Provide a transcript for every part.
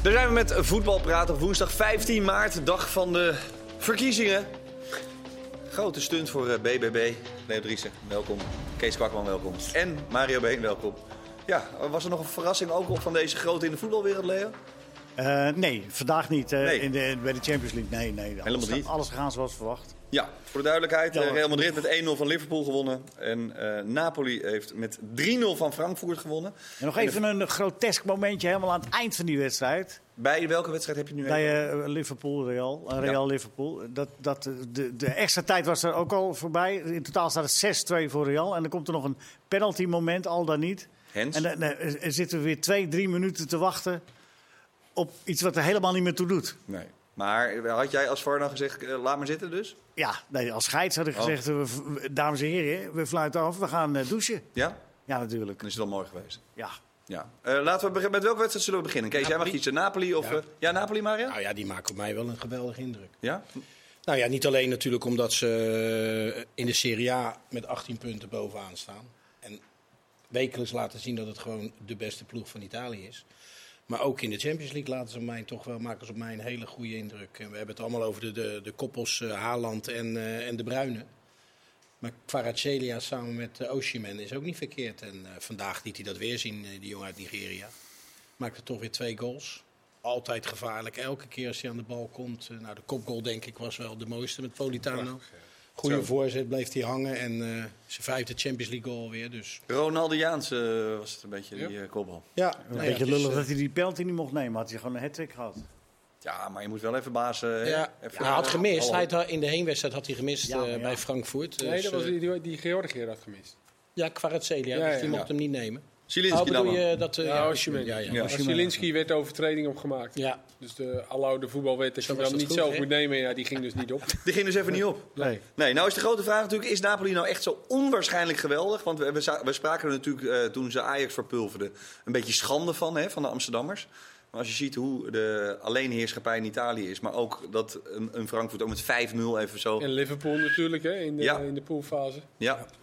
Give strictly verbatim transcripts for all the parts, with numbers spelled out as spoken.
Daar zijn we met voetbal praten op woensdag vijftien maart, dag van de verkiezingen. Grote stunt voor B B B. Leo Driessen, welkom. Kees Kwakman, welkom. En Mario Been, welkom. Ja, was er nog een verrassing ook op van deze grote in de voetbalwereld, Leo? Uh, nee, vandaag niet. Uh, nee. in de, bij de Champions League. Nee, nee. Alles, Helemaal niet. Alles gegaan zoals verwacht. Ja, voor de duidelijkheid. Ja, Real Madrid met één nul van Liverpool gewonnen. En uh, Napoli heeft met drie nul van Frankfurt gewonnen. En nog even en de... een grotesk momentje helemaal aan het eind van die wedstrijd. Bij welke wedstrijd heb je nu Bij uh, Liverpool-Real. Uh, Real-Liverpool. Ja. Dat, dat, de, de extra tijd was er ook al voorbij. In totaal staat het zes twee voor Real. En dan komt er nog een penalty moment, al dan niet. Hens. En dan uh, uh, zitten we weer twee, drie minuten te wachten op iets wat er helemaal niet meer toe doet. Nee. Maar had jij als V A R dan gezegd, uh, laat maar zitten dus? Ja, nee, als scheids had ik gezegd, oh. uh, dames en heren, we fluiten af, we gaan uh, douchen. Ja? Ja, natuurlijk. Dan is het wel mooi geweest. Ja. Ja. Uh, laten we beginnen. Met welke wedstrijd zullen we beginnen? Kees, jij mag kiezen. Napoli of... Ja, uh, ja Napoli, Mario? Nou ja, die maken op mij wel een geweldige indruk. Ja? Nou ja, niet alleen natuurlijk omdat ze in de Serie A met achttien punten bovenaan staan. En wekelijks laten zien dat het gewoon de beste ploeg van Italië is. Maar ook in de Champions League laten ze mij toch wel, maken ze op mij een hele goede indruk. En we hebben het allemaal over de, de, de koppels uh, Haaland en, uh, en De Bruyne. Maar Kvaratskhelia samen met uh, Osimhen is ook niet verkeerd. En uh, vandaag liet hij dat weer zien, uh, die jongen uit Nigeria. Maakte toch weer twee goals. Altijd gevaarlijk. Elke keer als hij aan de bal komt. Uh, nou, de kopgoal denk ik was wel de mooiste met Politano. Goede voorzet, bleef hij hangen. En uh, zijn vijfde Champions League goal weer. Dus. Ronaldiaans uh, was het een beetje, ja. die uh, kopbal. Ja, een nou beetje ja, lullig dus, dat hij die penalty niet mocht nemen. Had hij gewoon een hat-trick gehad. Ja, maar je moet wel even baas... Uh, ja, even, hij had gemist. uh, hij had, in de heenwedstrijd had hij gemist ja, uh, ja. bij Frankfurt. Nee, dus, dat was die, die, die Georgiër had gemist. Ja, Kvaratskhelia, ja, dus die ja. mocht hem niet nemen. Zielinski oh, je dat? Uh, ja, Osimhen. Ja, ja. ja. Zielinski werd overtreding opgemaakt. Ja. Dus de aloude voetbalwet dat je dan niet goed, zelf he? moet nemen, ja, die ging dus niet op. Die ging dus even niet op? Nee. Nee, nou is de grote vraag natuurlijk, is Napoli nou echt zo onwaarschijnlijk geweldig? Want we, we, we spraken er natuurlijk uh, toen ze Ajax verpulverden een beetje schande van, hè, van de Amsterdammers. Maar als je ziet hoe de alleenheerschappij in Italië is, maar ook dat een, een Frankfurt ook met vijf nul even zo... En Liverpool natuurlijk, hè, in de, ja. in de poolfase. Ja. Um,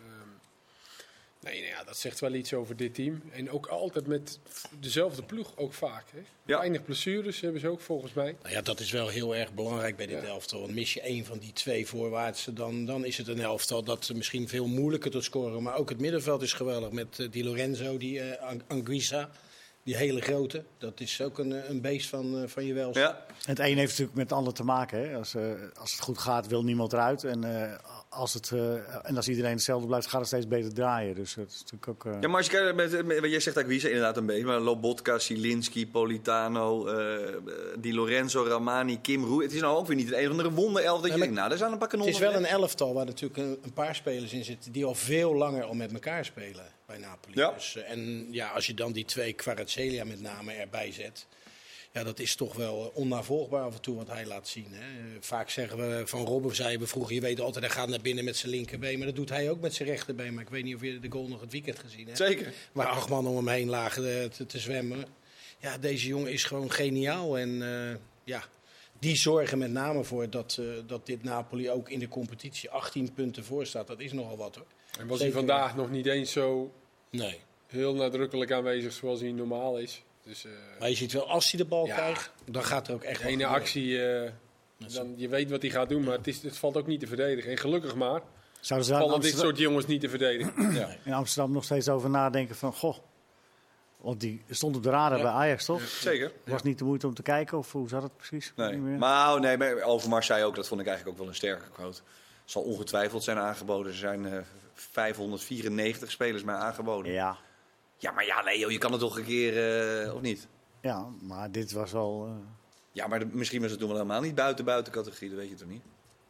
nee, nou ja, dat zegt wel iets over dit team. En ook altijd met dezelfde ploeg, ook vaak. Hè. Ja. Weinig blessures hebben ze ook volgens mij. Nou ja, dat is wel heel erg belangrijk bij dit ja. elftal. Want mis je één van die twee voorwaartsen, dan, dan is het een elftal dat misschien veel moeilijker tot scoren. Maar ook het middenveld is geweldig met uh, Di Lorenzo, die uh, Anguissa. Die hele grote, dat is ook een, een beest van, van je welzijn. Ja. Het een heeft natuurlijk met het ander te maken. Hè. Als, uh, als het goed gaat, wil niemand eruit. En, uh, als, het, uh, en als iedereen hetzelfde blijft, gaat het steeds beter draaien. Dus dat is natuurlijk ook... Uh... Ja, maar als je kijkt, met, met, jij zegt Anguissa inderdaad een beetje. Maar Lobotka, Zielinski, Politano, uh, Di Lorenzo, Ramani, Kim Roe. Het is nou ook weer niet een of andere wonderelf dat je ja, denkt, nou, daar zijn een paar kanonnen. Het is wel een elftal waar natuurlijk een, een paar spelers in zitten die al veel langer al met elkaar spelen. Bij Napoli. Ja. Dus, uh, en ja, als je dan die twee, Kvaratskhelia met name, erbij zet. Ja, dat is toch wel onnavolgbaar af en toe wat hij laat zien. Hè. Vaak zeggen we van Robben, zeiden we vroeger, je weet altijd, hij gaat naar binnen met zijn linkerbeen. Maar dat doet hij ook met zijn rechterbeen. Maar ik weet niet of je de goal nog het weekend gezien hebt. Zeker. Waar acht man om hem heen lagen te, te zwemmen. Ja, deze jongen is gewoon geniaal. En uh, ja, die zorgen met name voor dat, uh, dat dit Napoli ook in de competitie achttien punten voor staat. Dat is nogal wat hoor. En was Zeker. hij vandaag nog niet eens zo nee. heel nadrukkelijk aanwezig zoals hij normaal is. Dus, uh, maar je ziet wel, als hij de bal ja, krijgt, dan gaat er ook echt... De ene actie, uh, dan, je weet wat hij gaat doen, maar het, is, het valt ook niet te verdedigen. En gelukkig maar, Zouden ze vallen Amsterdam... dit soort jongens niet te verdedigen. Ja. In Amsterdam nog steeds over nadenken van, goh, want die stond op de radar ja. bij Ajax, toch? Ja. Zeker. Was ja. niet de moeite om te kijken, of hoe zat het precies? Nee. Maar, nee, maar Overmars zei ook, dat vond ik eigenlijk ook wel een sterke quote. Zal ongetwijfeld zijn aangeboden. Er zijn uh, vijfhonderdvierennegentig spelers mij aangeboden. Ja. Ja, maar ja, Leo, je kan het toch een keer, uh, of niet? Ja, maar dit was al... Uh... Ja, maar de, misschien was het toen wel helemaal niet buiten buiten categorie, dat weet je toch niet?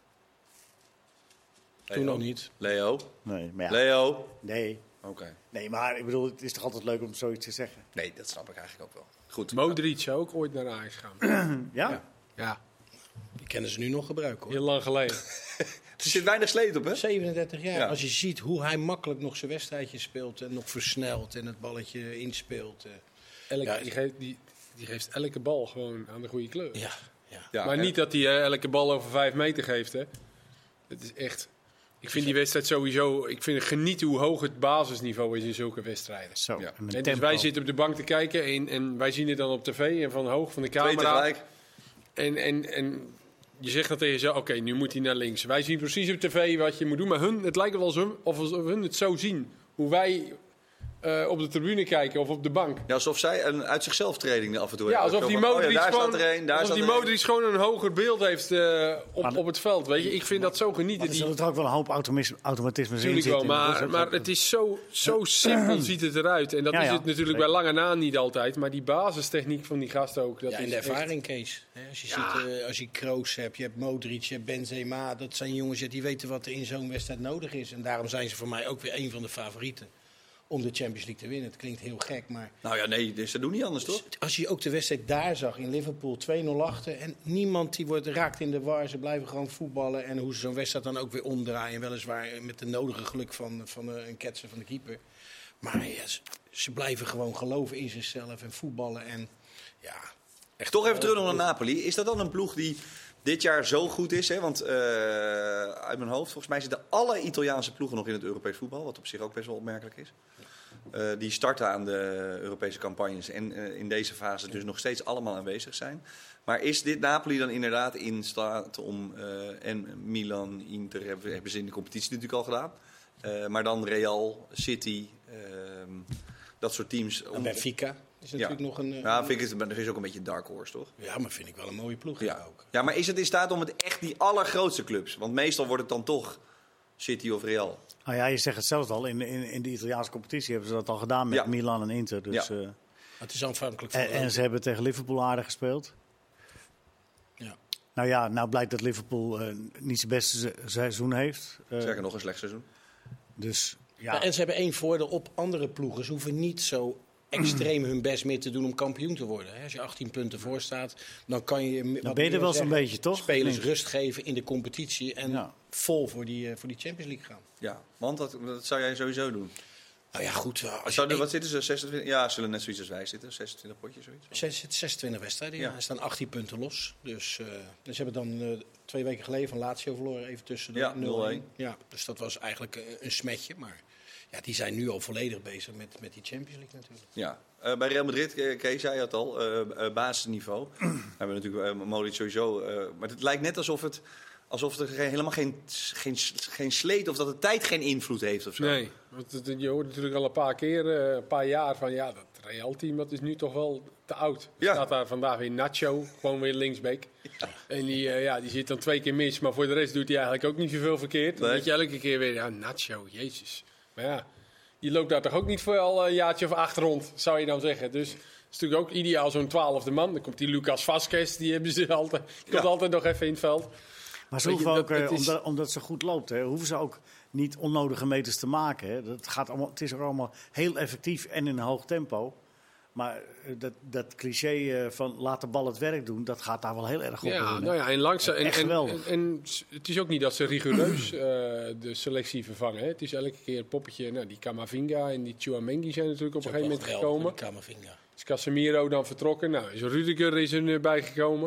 Leo? Toen nog niet. Leo? Nee, maar ja. Leo? Nee. Oké. Okay. Nee, maar ik bedoel, het is toch altijd leuk om zoiets te zeggen? Nee, dat snap ik eigenlijk ook wel. Goed. Modric zou ook ooit naar Ajax gaan. ja? Ja. Ja. Die kennen ze nu nog gebruiken hoor. Heel lang geleden. Er zit weinig sleet op, hè? zevenendertig jaar. Ja. Als je ziet hoe hij makkelijk nog zijn wedstrijdje speelt en nog versnelt en het balletje inspeelt. Elke, ja, die, geeft, die, die geeft elke bal gewoon aan de goede kleur. Ja, ja. Ja, maar en... niet dat hij uh, elke bal over vijf meter geeft, hè. Het is echt... Ik vind die wedstrijd sowieso... Ik vind geniet hoe hoog het basisniveau is in zulke wedstrijden. Zo, Ja. en En dus wij zitten op de bank te kijken en, en wij zien het dan op tv en van hoog van de Twee camera. tegelijk. En, en, en je zegt dan tegen jezelf, oké, okay, nu moet hij naar links. Wij zien precies op tv wat je moet doen, maar hun, het lijkt wel alsof hun, of alsof hun het zo zien. Hoe wij uh, op de tribune kijken of op de bank. Ja, alsof zij een uit zichzelf training af en toe Ja, hebben. alsof die Zo van, Modric oh ja, daar gewoon, staat er een, daar alsof staat die er een. Modric gewoon een hoger beeld heeft uh, op, op het veld. Weet je? Ik vind dat zo genieten. Maar er Die, zullen er ook wel een hoop automatisme, automatismes in Natuurlijk zitten. wel, Dat is maar, ook- maar het is zo, zo simpel ziet het eruit. En dat Ja, is ja. het natuurlijk bij lange na niet altijd. Maar die basistechniek van die gasten ook. Dat Ja, is en de echt- ervaring, Kees. Hè, Als je, Ja. ziet, uh, als je Kroos hebt, je hebt Modric, je hebt Benzema. Dat zijn jongens ja, die weten wat er in zo'n wedstrijd nodig is. En daarom zijn ze voor mij ook weer een van de favorieten om de Champions League te winnen. Het klinkt heel gek, maar Nou ja, nee, dus ze doen niet anders, toch? als je ook de wedstrijd daar zag in Liverpool, twee nul achter. En niemand die wordt, raakt in de war. Ze blijven gewoon voetballen. En hoe ze zo'n wedstrijd dan ook weer omdraaien. Weliswaar met de nodige geluk van, van uh, een ketsen van de keeper. Maar ja, ze, ze blijven gewoon geloven in zichzelf en voetballen. En ja, echt Toch even terug naar Napoli. Is dat dan een ploeg die dit jaar zo goed is? Hè? Want uh, uit mijn hoofd, volgens mij zitten alle Italiaanse ploegen nog in het Europees voetbal. Wat op zich ook best wel opmerkelijk is. Uh, die starten aan de Europese campagnes en uh, in deze fase dus nog steeds allemaal aanwezig zijn. Maar is dit Napoli dan inderdaad in staat om, uh, en Milan, Inter hebben, hebben ze in de competitie natuurlijk al gedaan. Uh, maar dan Real, City, uh, dat soort teams. Om, Benfica is natuurlijk ja. nog een... Ja, vind ik het, dat is ook een beetje een dark horse, toch? Ja, maar vind ik wel een mooie ploeg Ja. ook. ja, maar is het in staat om het echt die allergrootste clubs? Want meestal wordt het dan toch City of Real. Nou ja, je zegt het zelf al. In, in, in de Italiaanse competitie hebben ze dat al gedaan met Ja. Milan en Inter. Dus, Ja. uh, Het is aanvankelijk van en, en ze hebben tegen Liverpool aardig gespeeld. Ja. Nou ja, nou blijkt dat Liverpool uh, niet zijn beste se- seizoen heeft. Uh, Zeker nog een slecht seizoen. Dus ja, Ja, en ze hebben één voordeel op andere ploegen. Ze hoeven niet zo extreem hun best meer te doen om kampioen te worden. Hè. Als je achttien punten voor staat, dan kan je... dan wat ben je er meer wel zo'n zeggen, beetje, toch? Spelers Nee. rust geven in de competitie en Ja. vol voor die, uh, voor die Champions League gaan. Ja, want dat, dat zou jij sowieso doen. Nou ja, goed. uh, Als Zou je er, wat zitten ze? zesentwintig? Ja, zullen net zoiets als wij zitten. zesentwintig potjes, zoiets. Zes- zit zesentwintig wedstrijden, ja. Ja. Er staan achttien punten los. Dus, uh, dus ze hebben dan uh, twee weken geleden van Lazio verloren, even tussen de Ja, nul nul en een. Ja, dus dat was eigenlijk uh, een smetje. Maar ja, die zijn nu al volledig bezig met, met die Champions League natuurlijk. Ja. Uh, bij Real Madrid, uh, Kees zei het al, uh, uh, basisniveau. We hebben natuurlijk uh, Modric sowieso. Uh, maar het lijkt net alsof het... Alsof er geen, helemaal geen, geen, geen sleet of dat de tijd geen invloed heeft of zo. Nee, want het, je hoort natuurlijk al een paar keer, uh, een paar jaar van ja, dat Real-team dat is nu toch wel te oud. Er Ja. staat daar vandaag weer Nacho, gewoon weer linksback. Ja. En die, uh, ja, die zit dan twee keer mis, maar voor de rest doet hij eigenlijk ook niet zoveel verkeerd. Dan Nee. weet je elke keer weer, ja, Nacho, jezus. Maar ja, die loopt daar toch ook niet voor al een jaartje of acht rond, zou je dan zeggen. Dus het is natuurlijk ook ideaal zo'n twaalfde man. Dan komt die Lucas Vazquez, die hebben ze altijd, die komt Ja. altijd nog even in het veld. maar ze Weet je, hoeven ook, dat- uh, het is- omdat, omdat ze goed loopt, hè, hoeven ze ook niet onnodige meters te maken. Hè. Dat gaat allemaal, het is ook allemaal heel effectief en in een hoog tempo. Maar uh, dat, dat cliché uh, van laat de bal het werk doen, dat gaat daar wel heel erg op. Ja, in, hè. nou ja, en langzaam. En, Echt en, geweldig. en, en s- het is ook niet dat ze rigoureus uh, de selectie vervangen. Hè. Het is elke keer een poppetje. Nou, die Camavinga en die Chouameni zijn natuurlijk op een gegeven moment gekomen. Camavinga. Is Casemiro dan vertrokken? Nou, is Rudiger is er nu bijgekomen.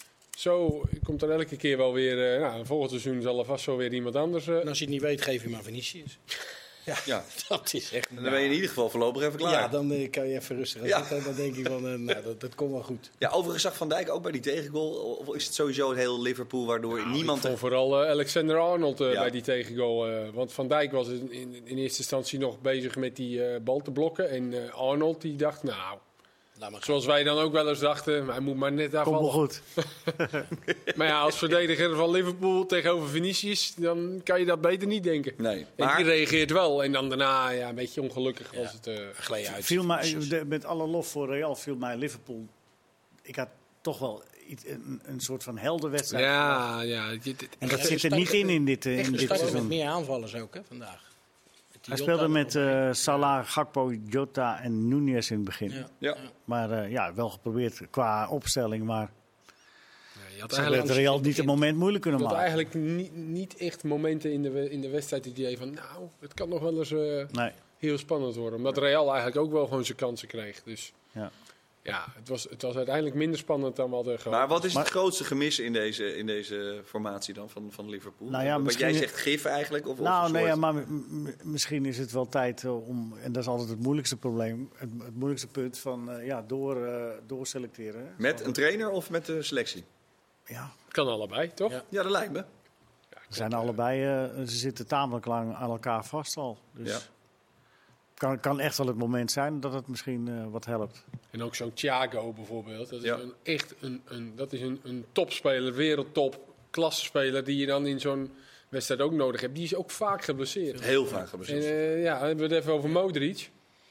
Zo komt er elke keer wel weer. Uh, nou, volgend seizoen zal er vast wel weer iemand anders. Uh, En als je het niet weet, geef je maar Vinicius. Ja, Ja. dat is echt... En dan ben je in ieder geval voorlopig even klaar. Ja, dan uh, kan je even rustig gaan Ja. zitten. En dan denk ik van, uh, nou, dat, dat komt wel goed. Ja, overigens zag Van Dijk ook bij die tegengoal. Of is het sowieso het heel Liverpool waardoor nou, niemand... ik vond vooral uh, Alexander Arnold uh, Ja. bij die tegengoal. Uh, want Van Dijk was in, in, in eerste instantie nog bezig met die uh, bal te blokken. En uh, Arnold die dacht, nou. Laat maar gaan. Zoals wij dan ook wel eens dachten, hij moet maar net Komt wel afvallen. goed. Maar ja, als verdediger van Liverpool tegenover Vinicius, dan kan je dat beter niet denken. Nee, En maar... die reageert wel. En dan daarna, ja, een beetje ongelukkig was het. Uh, Gleed uit. Viel mij, de- met alle lof voor Real viel mij Liverpool. Ik had toch wel iets, een, een soort van heldenwedstrijd. ja, ja. dit- En dat Ja, zit er sterk- niet in in dit, eh, Echt in een dit start met seizoen. meer aanvallers ook, hè, vandaag. Met die Hij speelde Jota met erbij. uh, Salah, Gakpo, Jota en Nunez in het begin. Ja. Ja. Maar uh, ja, wel geprobeerd qua opstelling. Maar ja, je had ze hebben eigenlijk, het Real niet het moment moeilijk kunnen je had maken. eigenlijk niet, niet echt momenten in de, we- in de wedstrijd het idee van, nou, het kan nog wel eens uh, Nee. heel spannend worden. Omdat Real eigenlijk ook wel gewoon zijn kansen kreeg. Dus Ja. ja, het was, het was uiteindelijk minder spannend dan we hadden gehoopt. Maar wat is Maar- het grootste gemis in deze, in deze formatie dan van, van Liverpool? Nou ja, Wat misschien- jij zegt gif eigenlijk? Of, Nou, of een nee, ja, soort- maar m- m- misschien is het wel tijd eh, om, en dat is altijd het moeilijkste probleem, het, het moeilijkste punt van eh, ja, door, eh, doorselecteren. hè. Met Zo- een trainer of met de selectie? Ja, Kan allebei, toch? Ja. Ja, dat lijkt me. ze zijn allebei, eh, ze zitten tamelijk lang aan elkaar vast al. Dus Ja. kan, kan echt wel het moment zijn dat het misschien eh, wat helpt. En ook zo'n Thiago bijvoorbeeld. Dat is Ja. een, echt een, een, dat is een, een topspeler, wereldtop, klassespeler die je dan in zo'n wedstrijd ook nodig hebt. Die is ook vaak geblesseerd. Heel vaak En geblesseerd. eh, ja, dan hebben we het even over Modric.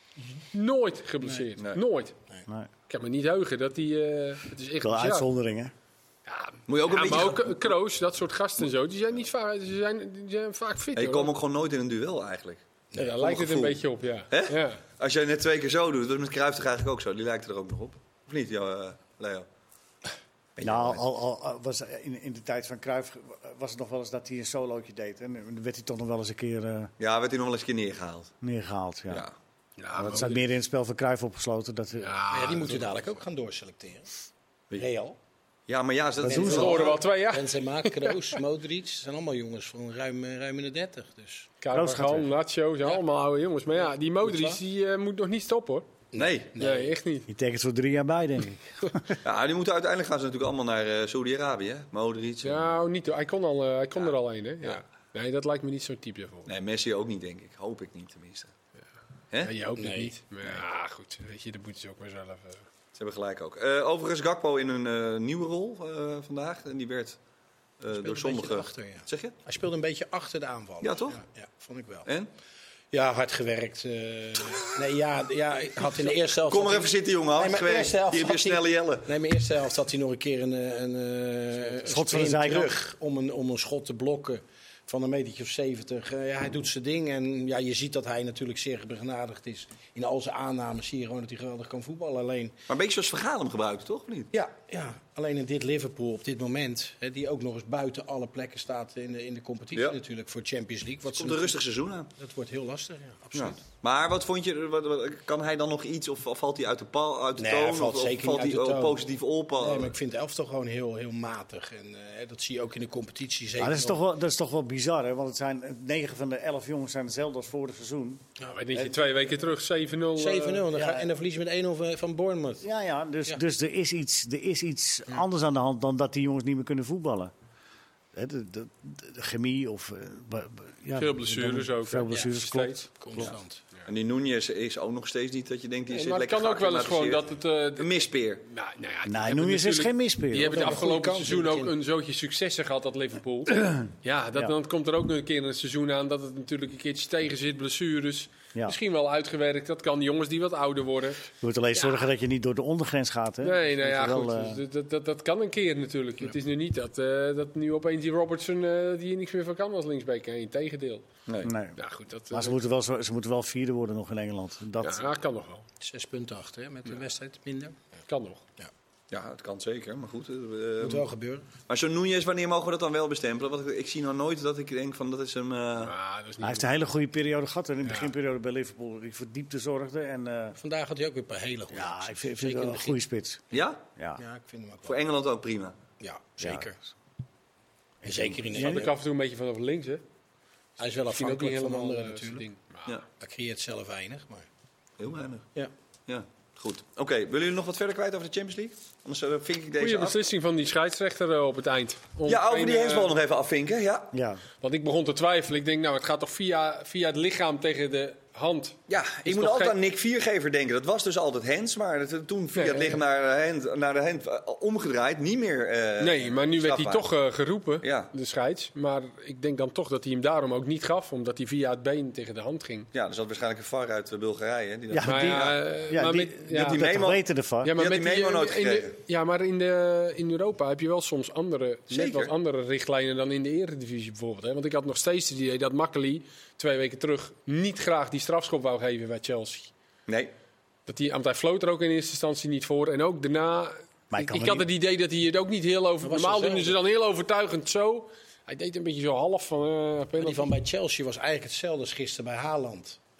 Nooit geblesseerd. Nee. Nooit. Nee. Ik kan me niet heugen dat die. eh, het is echt Wel bizar. uitzonderingen. Ja, Moet je ook een ja, beetje... maar ook eh, Kroos, dat soort gasten en zo, die zijn niet vaak, die zijn, die zijn vaak fit. Hey, je hoor. komt ook gewoon nooit in een duel eigenlijk. Ja, daar voor lijkt mijn het een gevoel. beetje op, ja. Hè? ja. Als jij net twee keer zo doet, dat is met Cruijff toch eigenlijk ook zo. Die lijkt er ook nog op. Of niet, jou, eh, Leo? Beetje Nou, altijd. al, al, al was in, in de tijd van Cruijff was het nog wel eens dat hij een solootje deed. En dan werd hij toch nog wel eens een keer eh, Ja, werd hij nog wel eens een keer neergehaald. neergehaald. Ja. Ja. Ja, Maar maar het staat meer in het spel van Cruijff opgesloten. Dat, Ja, Maar ja, die moeten dat- dadelijk ook gaan doorselecteren. Wie? Real. Ja, maar ja, dat, Dat is doen We ze. horen wel twee jaar. Benzema, Kroos, Modric. zijn allemaal jongens van ruim, eh, ruim in de dertig. Dus. Roos gaat Carvajal, weg. Nacho, zijn Ja. allemaal oude jongens. Maar ja, die Modric Goed, die, eh, moet nog niet stoppen hoor. Nee. Nee, echt niet. die tekent voor drie jaar bij, denk ik. Ja, die moeten uiteindelijk gaan ze natuurlijk allemaal naar eh Saudi-Arabië. hè? Modric. en- Ja, niet hoor. Hij kon, al, eh, hij kon Ja. er al een, hè? Ja. Ja. Nee, dat lijkt me niet zo'n type voor. Nee, Messi ook niet, denk ik. Hoop ik niet, tenminste. Hè? Nee, je hoopt het Nee. niet. Maar ja, goed. Weet je, dat moeten ze ook maar zelf. eh. Ze hebben gelijk ook. Eh, overigens, Gakpo in een eh, nieuwe rol eh, vandaag. En die werd eh, Speelde door een sommigen... beetje achter, ja. Wat zeg je? Hij speelde een beetje achter de aanval. Ja, toch? Ja, ja, vond ik wel. En? Ja, hard gewerkt. eh. nee, ja, ja, ik had in de eerste helft... Kom maar had even hij- zitten, jongen. Hard Nee, maar gewerkt. eerste helft Hier heb je had hij- snelle jellen. Nee, mijn eerste helft had hij nog een keer een, eh, een, eh, een Schot van de sprint zijkant. terug om een, om een schot te blokken van een metertje of zeventig. Eh, ja, hij doet zijn ding en ja, je ziet dat hij natuurlijk zeer begenadigd is. In al zijn aannames zie je gewoon dat hij geweldig kan voetballen. Alleen, Maar een beetje zoals Vergaal hem gebruikt, toch? Of niet? ja, ja, alleen in dit Liverpool op dit moment, hè, die ook nog eens buiten alle plekken staat in de, in de competitie Ja. natuurlijk voor Champions League. Wat Komt ze een rustig seizoen aan. Dat wordt heel lastig, ja, absoluut. Ja. Maar wat vond je, wat, wat- kan hij dan nog iets of, of valt hij uit de, paal, uit de Nee, toon? hij valt of, of zeker valt niet hij uit de ook toon. positief op? Nee, maar ik vind het elftal gewoon heel, heel matig. En eh, dat zie je ook in de competitie zeker. Maar dat is, nog. toch wel, dat is toch wel bizar, hè? Want het zijn negen van de elf jongens zijn hetzelfde als vorig seizoen. Nou, weet je, twee weken terug, zeven nul. eh, zeven nul en dan, ja. ga- en dan verlies je met één nul van- van Bournemouth. Ja, ja, dus, Ja. dus er is iets, er is iets anders aan de hand dan dat die jongens niet meer kunnen voetballen. Hè, de, de, de, de chemie of... eh, ba- ba- ja, Veel blessures ook, Veel hè? blessures, Ja, klopt. steeds. Constant. En die Nunez is ook nog steeds niet dat je denkt, die Nee, zit maar het lekker kan ook wel eens gewoon geacclimatiseerd. dat het... eh, Een mispeer. nou, nou ja, die Nee, hebben Nunez is natuurlijk- geen mispeer. Die hebben het Wel een goede afgelopen kans seizoen in het ook begin. een zootje successen gehad, dat Liverpool. ja, dat, Ja. dan komt er ook nog een keer een seizoen aan dat het natuurlijk een keertje tegen zit, blessures. Ja. Misschien wel uitgewerkt. Dat kan jongens die wat ouder worden. Je moet alleen zorgen dat je niet door de ondergrens gaat. Hè? Nee, nou Dat ja, je wel, goed. eh, Dus dat, dat, dat kan een keer natuurlijk. Het is nu niet dat, eh, dat nu opeens die Robertson eh, die hier niks meer van kan als linksback. Nee, integendeel. Nee. nee. Ja, goed. Dat, Maar ze moeten, wel, zo- ze moeten wel vierde worden nog in Engeland. Dat, ja, kan nog wel. Zes punten achter hè, met de wedstrijd minder. Kan nog. Ja, het kan zeker, maar goed. eh, Moet wel gebeuren. maar zo'n Nunez, wanneer mogen we dat dan wel bestempelen? Want ik, ik zie nou nooit dat ik denk van, dat is hem... eh, Ah, dat is Hij niet heeft een hele goede periode gehad hè, in de Ja. beginperiode bij Liverpool. Die voor diepte zorgde. En, eh, Vandaag had hij ook weer een paar hele goede. ja, acties. ik vind, ik vind Zeker het in wel het een goede spits. Ja? Ja. begin. Ja, ik vind hem ook Voor wel. Engeland ook prima. Ja, zeker. Ja. En zeker in Snap ik Engeland. af en toe een beetje vanaf links, hè? Hij is wel Ik vind ook niet afhankelijk van helemaal anderen eh, natuurlijk. zijn ding. Maar- Ja, Hij creëert zelf weinig, maar... heel weinig. Ja. Ja, goed. Oké, willen jullie nog wat verder kwijt over de Champions League? Anders eh, vink ik deze Goede af. beslissing van die scheidsrechter eh, op het eind. Om Ja, over geen, die eh, hensbal nog even afvinken. Ja, Ja. Want ik begon te twijfelen. Ik denk, nou, het gaat toch via, via het lichaam tegen de hand. ja ik Is moet toch altijd geen- aan Nick Viergever denken. Dat was dus altijd hands, maar het, toen via Nee, het lichaam naar de hand, naar de hand eh, omgedraaid. Niet meer eh, nee, maar nu werd hij strafbaar. toch eh, geroepen, Ja. de scheids. Maar ik denk dan toch dat hij hem daarom ook niet gaf. Omdat hij via het been tegen de hand ging. Ja, er zat waarschijnlijk een V A R uit eh, Bulgarije. hè, Die dat- Ja, Maar die- ja, eh, Ja, maar die, met- die, ja. die dat memo- weten ervan. Ja, maar Die met had die memo nooit in de, gekregen. ja, maar in, de, in Europa heb je wel soms andere, net Zeker. wat andere richtlijnen dan in de Eredivisie bijvoorbeeld. Hè? Want ik had nog steeds het idee dat Makkely twee weken terug niet graag die strafschop wou geven bij Chelsea. Nee. Dat hij, want hij floot er ook in eerste instantie niet voor. En ook daarna, Maar ik, kan ik me had niet- het idee dat hij het ook niet heel over... Dat was Normaal doen hetzelfde. ze dan heel overtuigend zo. Hij deed een beetje zo half van... eh Maar penalty. die van bij Chelsea was eigenlijk hetzelfde als gisteren bij Haaland.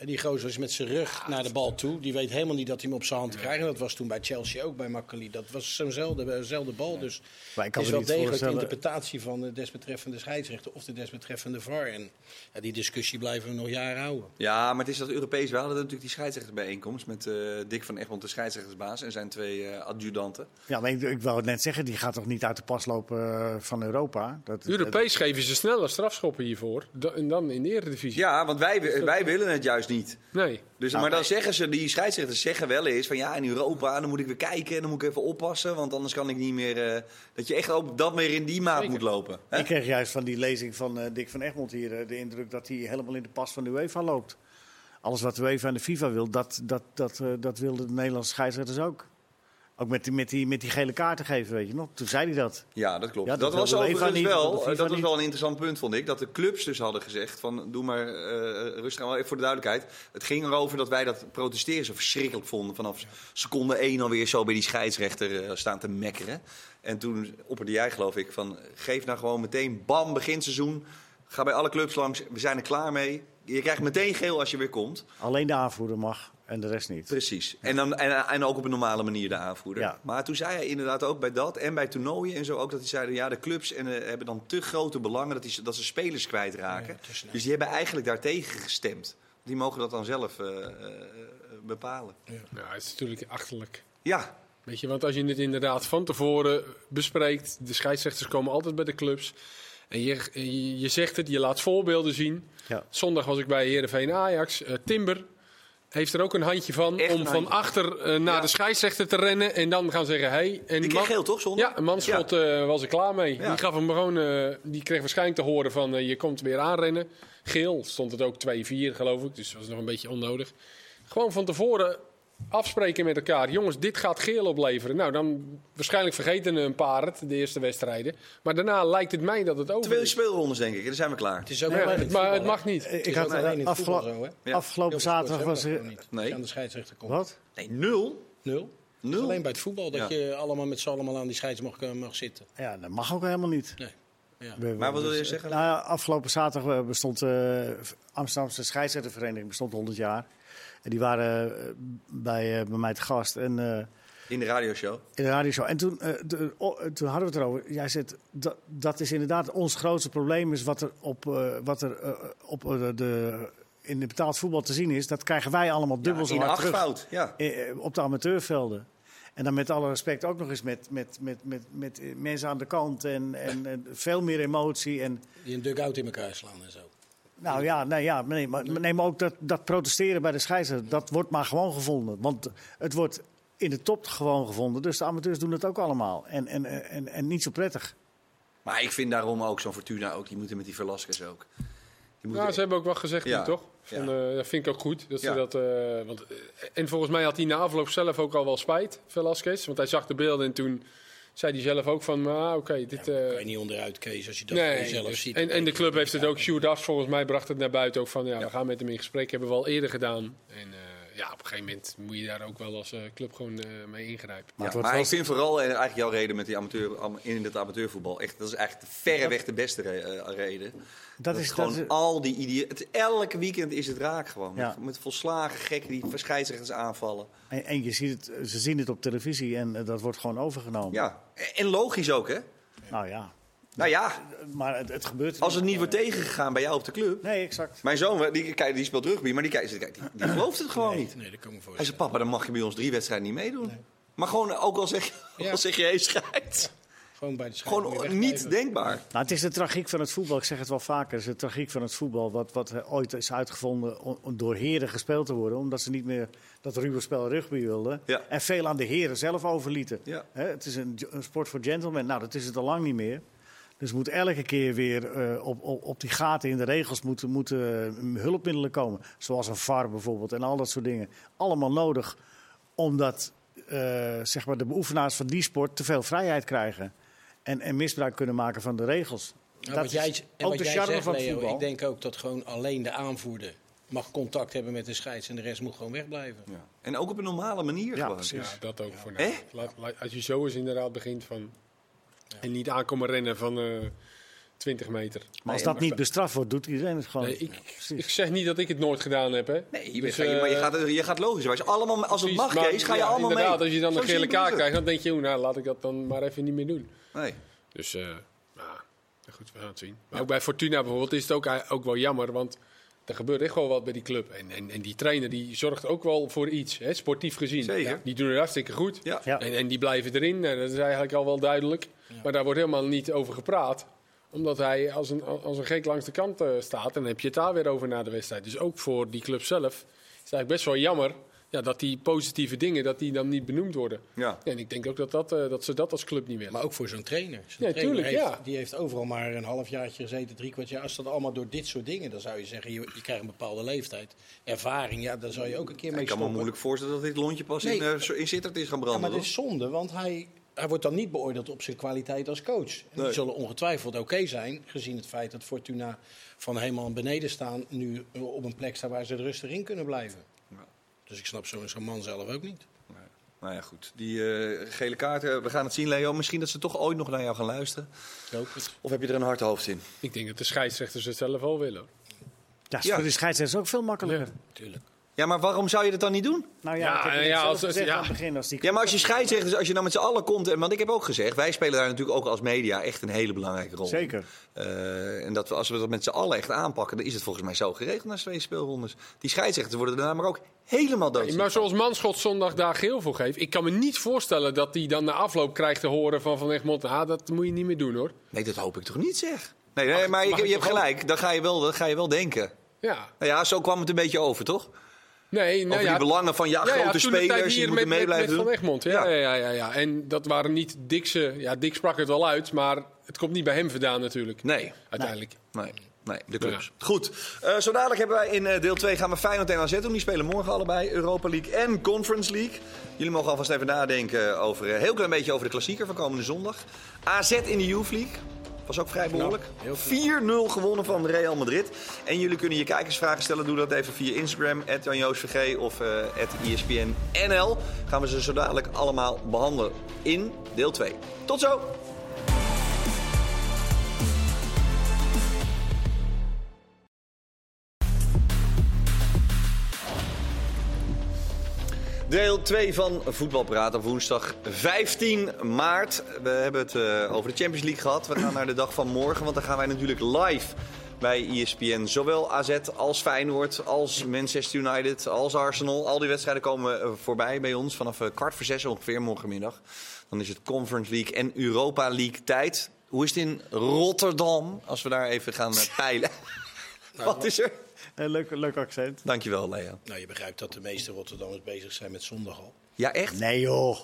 En die gozer is met zijn rug naar de bal toe. Die weet helemaal niet dat hij hem op zijn hand krijgt. En dat was toen bij Chelsea ook, bij Makkeli. Dat was zo'nzelfde dezelfde bal. Dus Maar ik kan het me is wel niet degelijk de voorstellen- interpretatie van de desbetreffende scheidsrechter of de desbetreffende V A R. En ja, die discussie blijven we nog jaren houden. Ja, maar het is dat Europees. We hadden natuurlijk die scheidsrechtersbijeenkomst met uh, Dick van Egmond, de scheidsrechtersbaas, en zijn twee uh, adjudanten. Ja, maar ik, ik wou het net zeggen, die gaat toch niet uit de pas lopen uh, van Europa? Dat, Europees geven ze sneller strafschoppen hiervoor da- en dan in de Eredivisie. Ja, want wij, wij willen het juist niet. Nee. Dus, Nou, maar dan nee. zeggen ze, die scheidsrechters zeggen wel eens van ja, in Europa, dan moet ik weer kijken en dan moet ik even oppassen, want anders kan ik niet meer. Uh, dat je echt ook dat meer in die maat Zeker. moet lopen. Hè? Ik kreeg juist van die lezing van uh, Dick van Egmond hier uh, de indruk dat hij helemaal in de pas van de UEFA loopt. Alles wat de UEFA en de FIFA wil, dat, dat, dat, uh, dat wilden de Nederlandse scheidsrechters ook. Ook met die, met, die, met die gele kaarten geven, weet je nog. Toen zei hij dat. Ja, dat klopt. Ja, dat dat was wil de UEFA overigens niet, wel, dat wil de uh, FIFA dat was niet. wel een interessant punt, vond ik. Dat de clubs dus hadden gezegd van doe maar uh, rustig aan. Even voor de duidelijkheid. Het ging erover dat wij dat protesteren zo verschrikkelijk vonden. Vanaf seconde één alweer zo bij die scheidsrechter uh, staan te mekkeren. En toen opperde jij geloof ik van geef nou gewoon meteen bam, beginseizoen. Ga bij alle clubs langs. We zijn er klaar mee. Je krijgt meteen geel als je weer komt. Alleen de aanvoerder mag en de rest niet. Precies. En, dan, en, en ook op een normale manier de aanvoerder. Ja. Maar toen zei hij inderdaad ook bij dat en bij toernooien en zo ook dat hij zeiden ja, de clubs en, uh, hebben dan te grote belangen dat, die, dat ze spelers kwijtraken. Ja, te snel. Dus die hebben eigenlijk daartegen gestemd. Die mogen dat dan zelf uh, uh, bepalen. Ja, het is natuurlijk achterlijk. Ja, Weet je, want als je het inderdaad van tevoren bespreekt, de scheidsrechters komen altijd bij de clubs. En je, je, je zegt het, je laat voorbeelden zien. Ja. Zondag was ik bij Heerenveen Ajax. Uh, Timber heeft er ook een handje van Echt om een van handje. achter uh, naar Ja. de scheidsrechter te rennen en dan gaan zeggen hey. En die kreeg geel toch zondag? Ja, een manschot uh, was er klaar mee. Ja. Die gaf hem gewoon, uh, die kreeg waarschijnlijk te horen van uh, je komt weer aanrennen. Geel stond het ook twee vier geloof ik, dus dat was nog een beetje onnodig. Gewoon van tevoren afspreken met elkaar. Jongens, dit gaat geel opleveren. Nou, dan waarschijnlijk vergeten een paar het, de eerste wedstrijden. Maar daarna lijkt het mij dat het over Twee is. speelrondes denk ik, en dan zijn we klaar. Het is ook Ja, alleen in maar voetbal, het hè? mag niet. Ik Het is had ook alleen in het afgelo- voetbal zo, hè? Ja. Afgelopen Heel veel zaterdag sporten was hebben er... dat gewoon niet. Nee. Als je aan de scheidsrechter komt. Wat? Nee, nul. Nul. Het is Nul. alleen bij het voetbal dat Ja. je allemaal met z'n allemaal aan die scheids mag, eh, mag zitten. Ja, dat mag ook helemaal niet. Nee. Ja. We- we- Maar wat wil je dus, zeggen? Nou, ja, afgelopen zaterdag uh, bestond de Amsterdamse scheidsrechtervereniging bestond honderd jaar. En die waren uh, bij, uh, bij mij te gast en, uh, In de radioshow. in de radioshow. En toen, uh, de, oh, toen hadden we het erover. Jij zegt, dat, dat is inderdaad ons grootste probleem. Is wat er, op, uh, wat er uh, op uh, de, in de betaald voetbal te zien is. Dat krijgen wij allemaal dubbel Ja, zo in hard terug. achtvoud. Ja. Eh, op de amateurvelden. En dan met alle respect ook nog eens met, met, met, met, met eh, mensen aan de kant en, en, en veel meer emotie. En, Die een dugout in elkaar slaan en zo. nou ja, nee, ja nee, maar, nee, maar ook dat, dat protesteren bij de scheidsrechter, dat wordt maar gewoon gevonden. Want het wordt in de top gewoon gevonden, dus de amateurs doen het ook allemaal. En, en, en, en niet zo prettig. Maar ik vind daarom ook zo'n Fortuna ook, die moeten met die Velasquez ook. Die moeten- Nou, ze hebben ook wel gezegd, Ja. nu, toch? Van, Ja. uh, dat vind ik ook goed. Dat ze Ja. dat, uh, want, uh, en volgens mij had hij na afloop zelf ook al wel spijt, Velasquez. Want hij zag de beelden en toen zei hij zelf ook van, ah, oké, okay, dit... Ja, Uh, kan je niet onderuit, Kees, als je dat nee, voor jezelf dus- ziet. en, en de club heeft het ook, Ja. Sjoerd Afs volgens mij bracht het naar buiten ook van, ja, Ja. we gaan met hem in gesprek. Hebben we al eerder gedaan. En uh, ja, op een gegeven moment moet je daar ook wel als uh, club gewoon uh, mee ingrijpen. Ja, Maar het wordt maar wel- ik vind vooral, en eigenlijk jouw reden met die amateur, am- in het amateurvoetbal, echt, dat is eigenlijk verreweg de beste re- eh, reden. Dat, Dat is is gewoon dat is- al die idioten. Elke weekend is het raak gewoon. Ja. Met volslagen gekken die scheidsrechters aanvallen. en, en je ziet het, ze zien het op televisie en eh, dat wordt gewoon overgenomen. Ja, en logisch ook, hè? Nou ja, Nou ja, maar het, het gebeurt. als het niet wordt tegengegaan bij jou op de club. Nee, exact. Mijn zoon, die, kijk, die speelt rugby, maar die, kijkt- die, die, die gelooft het gewoon niet. Nee, dat kan ik me Hij voorstellen. zegt, papa, dan mag je bij ons drie wedstrijden niet meedoen. Maar gewoon, ook al zeg, Ja. al zeg je, hey, scheid. Gewoon bij de scheids moet je Gewoon wegblijven. niet denkbaar. Nou, het is de tragiek van het voetbal. Ik zeg het wel vaker. Het is de tragiek van het voetbal. Wat, wat eh, ooit is uitgevonden om, om door heren gespeeld te worden. Omdat ze niet meer dat ruwe spel rugby wilden. Ja. En veel aan de heren zelf overlieten. Ja. Hè, het is een, een sport voor gentlemen. Nou, dat is het al lang niet meer. Dus moet elke keer weer uh, op, op, op die gaten in de regels moeten, moeten uh, hulpmiddelen komen. Zoals een V A R bijvoorbeeld en al dat soort dingen. Allemaal nodig omdat uh, zeg maar de beoefenaars van die sport te veel vrijheid krijgen. En, en misbruik kunnen maken van de regels. Nou, dat wat jij, is en ook wat de jij charme zegt, van het Leo, voetbal. ik denk ook dat gewoon alleen de aanvoerder mag contact hebben met de scheids en de rest moet gewoon wegblijven. Ja. En ook op een normale manier Ja, gewoon. precies. Ja, dat ook voor Hè? nou. Laat, laat- als je zo eens inderdaad begint van... En niet aankomen rennen van... Uh, twintig meter. Maar als Nee, dat niet bestraft wordt, doet iedereen het gewoon. Nee, ik, Ja, ik zeg niet dat ik het nooit gedaan heb. Hè. Nee, je, Dus, bent- maar je eh, gaat, je gaat logisch. Allemaal, als het precies, mag, maar, Kees, ga je ja, allemaal mee. inderdaad, als je dan Zo een gele simpel is kaart het. krijgt, dan denk je, oh, nou, laat ik dat dan maar even niet meer doen. Nee. Dus, uh, nou, goed, we gaan het zien. Maar ook bij Fortuna bijvoorbeeld is het ook, ook wel jammer, want er gebeurt echt wel wat bij die club. En, en, en die trainer die zorgt ook wel voor iets, hè, sportief gezien. Zeker. Die doen het hartstikke goed. Ja. Ja. En, en die blijven erin, nou, dat is eigenlijk al wel duidelijk. Ja. Maar daar wordt helemaal niet over gepraat. Omdat hij als een, als een gek langs de kant uh, staat. En dan heb je het daar weer over na de wedstrijd. Dus ook voor die club zelf is het eigenlijk best wel jammer ja, dat die positieve dingen dat die dan niet benoemd worden. Ja. En ik denk ook dat, dat, uh, dat ze dat als club niet willen. Maar ook voor zo'n trainer. Zo'n Ja, trainer tuurlijk, heeft, ja. Die heeft overal maar een halfjaartje gezeten, drie kwart jaar. Als dat allemaal door dit soort dingen, dan zou je zeggen, je, je krijgt een bepaalde leeftijd. Ervaring, ja, daar zou je ook een keer Ja, mee ik kan me stoppen. moeilijk voorstellen dat dit lontje pas Nee. in, uh, in Sittard is gaan Ja, branden. maar dat hoor. is zonde, want hij, hij wordt dan niet beoordeeld op zijn kwaliteit als coach. En Nee. die zullen ongetwijfeld oké zijn, gezien het feit dat Fortuna van helemaal beneden staan, nu op een plek staan waar ze er rustig in kunnen blijven. Ja. Dus ik snap zo'n zo'n man zelf ook niet. Nou ja, goed. Die uh, gele kaarten, we gaan het zien, Leo. Misschien dat ze toch ooit nog naar jou gaan luisteren. Ik hoop het. Of heb je er een hard hoofd in? Ik denk dat de scheidsrechters het zelf wel willen. Ja, is Ja. voor de scheidsrechters ook veel makkelijker. Ja. Tuurlijk. Ja, maar waarom zou je dat dan niet doen? Nou ja, Ja, dat heb ik ja, zelf als- gezegd ja. aan het begin. Als die Ja, maar als je scheidsrechters, als je nou met z'n allen komt... En, want ik heb ook gezegd, wij spelen daar natuurlijk ook als media echt een hele belangrijke rol. Zeker. Uh, en dat we, als we dat met z'n allen echt aanpakken, dan is het volgens mij zo geregeld na twee speelrondes. Die scheidsrechters worden er namelijk ook helemaal dood. Maar zoals Manschot zondag daar geel voor geeft. Ik kan me niet voorstellen dat hij dan na afloop krijgt te horen van Van Egmond. Ah, dat moet je niet meer doen hoor. Nee, dat hoop ik toch niet, zeg? Nee, nee Mag- maar je, mag je ik hebt toch ook? gelijk. Dan ga, je wel, dan ga je wel denken. Ja. Nou ja, zo kwam het een beetje over, toch? Nee, nou Over ja, die belangen van ja, ja, ja, grote toen de tijd spelers, die hier moeten met, mee met, blijven met doen. Van Egmond. Ja, Ja. ja. Ja, ja, ja. En dat waren niet Dikse. Ja, Dik sprak het wel uit, maar het komt niet bij hem vandaan natuurlijk. Nee, Uiteindelijk. nee, nee, de clubs. Goed, uh, zo dadelijk hebben wij in uh, deel twee gaan we Feyenoord en A Z doen. Die spelen morgen allebei, Europa League en Conference League. Jullie mogen alvast even nadenken over een uh, heel klein beetje over de klassieker van komende zondag. A Z in de Youth League. Was ook vrij behoorlijk. heel goed. vier nul gewonnen van Real Madrid. En jullie kunnen je kijkersvragen stellen. Doe dat even via Instagram, at Jan Joos V G of uh, at E S P N N L. Gaan we ze zo dadelijk allemaal behandelen in deel twee. Tot zo! Deel twee van Voetbal Praten, woensdag vijftien maart. We hebben het uh, over de Champions League gehad. We gaan naar de dag van morgen, want dan gaan wij natuurlijk live bij E S P N. Zowel A Z als Feyenoord, als Manchester United, als Arsenal. Al die wedstrijden komen uh, voorbij bij ons vanaf uh, kwart voor zes ongeveer morgenmiddag. Dan is het Conference League en Europa League tijd. Hoe is het in Rotterdam, als we daar even gaan uh, peilen? Wat is er? Uh, leuk, leuk accent. Dankjewel, Leo. Nou, je begrijpt dat de meeste Rotterdammers bezig zijn met zondag al. Ja, echt? Nee joh.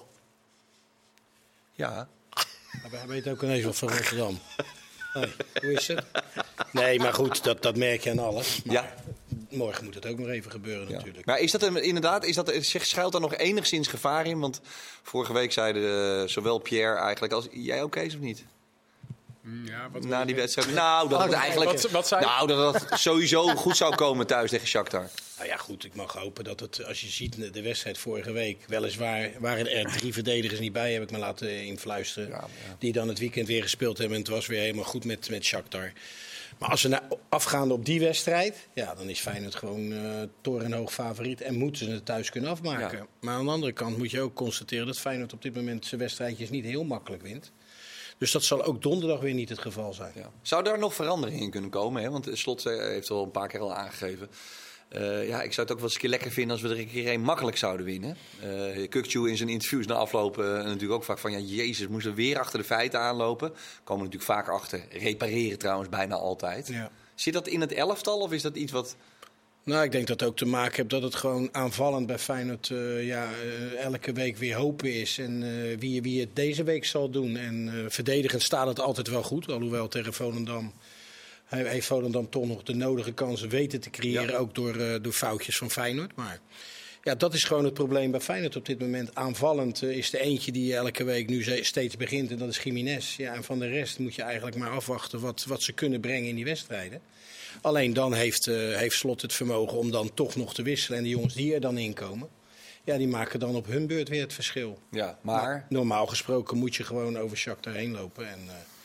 Ja. Maar wij weten ook ineens wat van Rotterdam. Hey, hoe is het? Nee, maar goed, dat, dat merk je aan alles. Maar Ja. morgen moet het ook nog even gebeuren Ja. natuurlijk. Maar is dat een, inderdaad, is dat, schuilt daar nog enigszins gevaar in? Want vorige week zeiden uh, zowel Pierre eigenlijk als jij ook, Kees, of niet? Ja, wat Na die wedstrijd. Nou, dat het eigenlijk. Wat- wat zei je? nou, dat het sowieso goed zou komen thuis tegen Shakhtar. Nou ja, goed, ik mag hopen dat het, als je ziet de wedstrijd vorige week, weliswaar waren er drie verdedigers niet bij, heb ik me laten influisteren, Ja, ja. die dan het weekend weer gespeeld hebben en het was weer helemaal goed met, met Shakhtar. Maar als we nou afgaande op die wedstrijd, ja, dan is Feyenoord gewoon uh, torenhoog favoriet en moeten ze het thuis kunnen afmaken. Ja. Maar aan de andere kant moet je ook constateren dat Feyenoord op dit moment zijn wedstrijdjes niet heel makkelijk wint. Dus dat zal ook donderdag weer niet het geval zijn. Ja. Zou daar nog verandering in kunnen komen? Hè? Want Slot heeft al een paar keer al aangegeven. Uh, ja, ik zou het ook wel eens een keer lekker vinden als we er een keer een makkelijk zouden winnen. Uh, Kukçu in zijn interviews na afloop uh, natuurlijk ook vaak van... ja, jezus, moesten we weer achter de feiten aanlopen. Komen we natuurlijk vaak achter. Repareren trouwens bijna altijd. Ja. Zit dat in het elftal of is dat iets wat... Nou, ik denk dat het ook te maken heeft dat het gewoon aanvallend bij Feyenoord uh, ja, uh, elke week weer hopen is. En uh, wie, wie het deze week zal doen. En uh, verdedigend staat het altijd wel goed. Alhoewel tegen Volendam hij heeft Volendam toch nog de nodige kansen weten te creëren. Ja. Ook door, uh, door foutjes van Feyenoord. Maar ja, dat is gewoon het probleem bij Feyenoord op dit moment. Aanvallend uh, is de eentje die elke week nu steeds begint. En dat is Gimenez. Ja, en van de rest moet je eigenlijk maar afwachten wat, wat ze kunnen brengen in die wedstrijden. Alleen dan heeft, uh, heeft Slot het vermogen om dan toch nog te wisselen. En de jongens die er dan inkomen, ja, die maken dan op hun beurt weer het verschil. Ja, maar... Normaal gesproken moet je gewoon over Shakhtar heen lopen. En uh,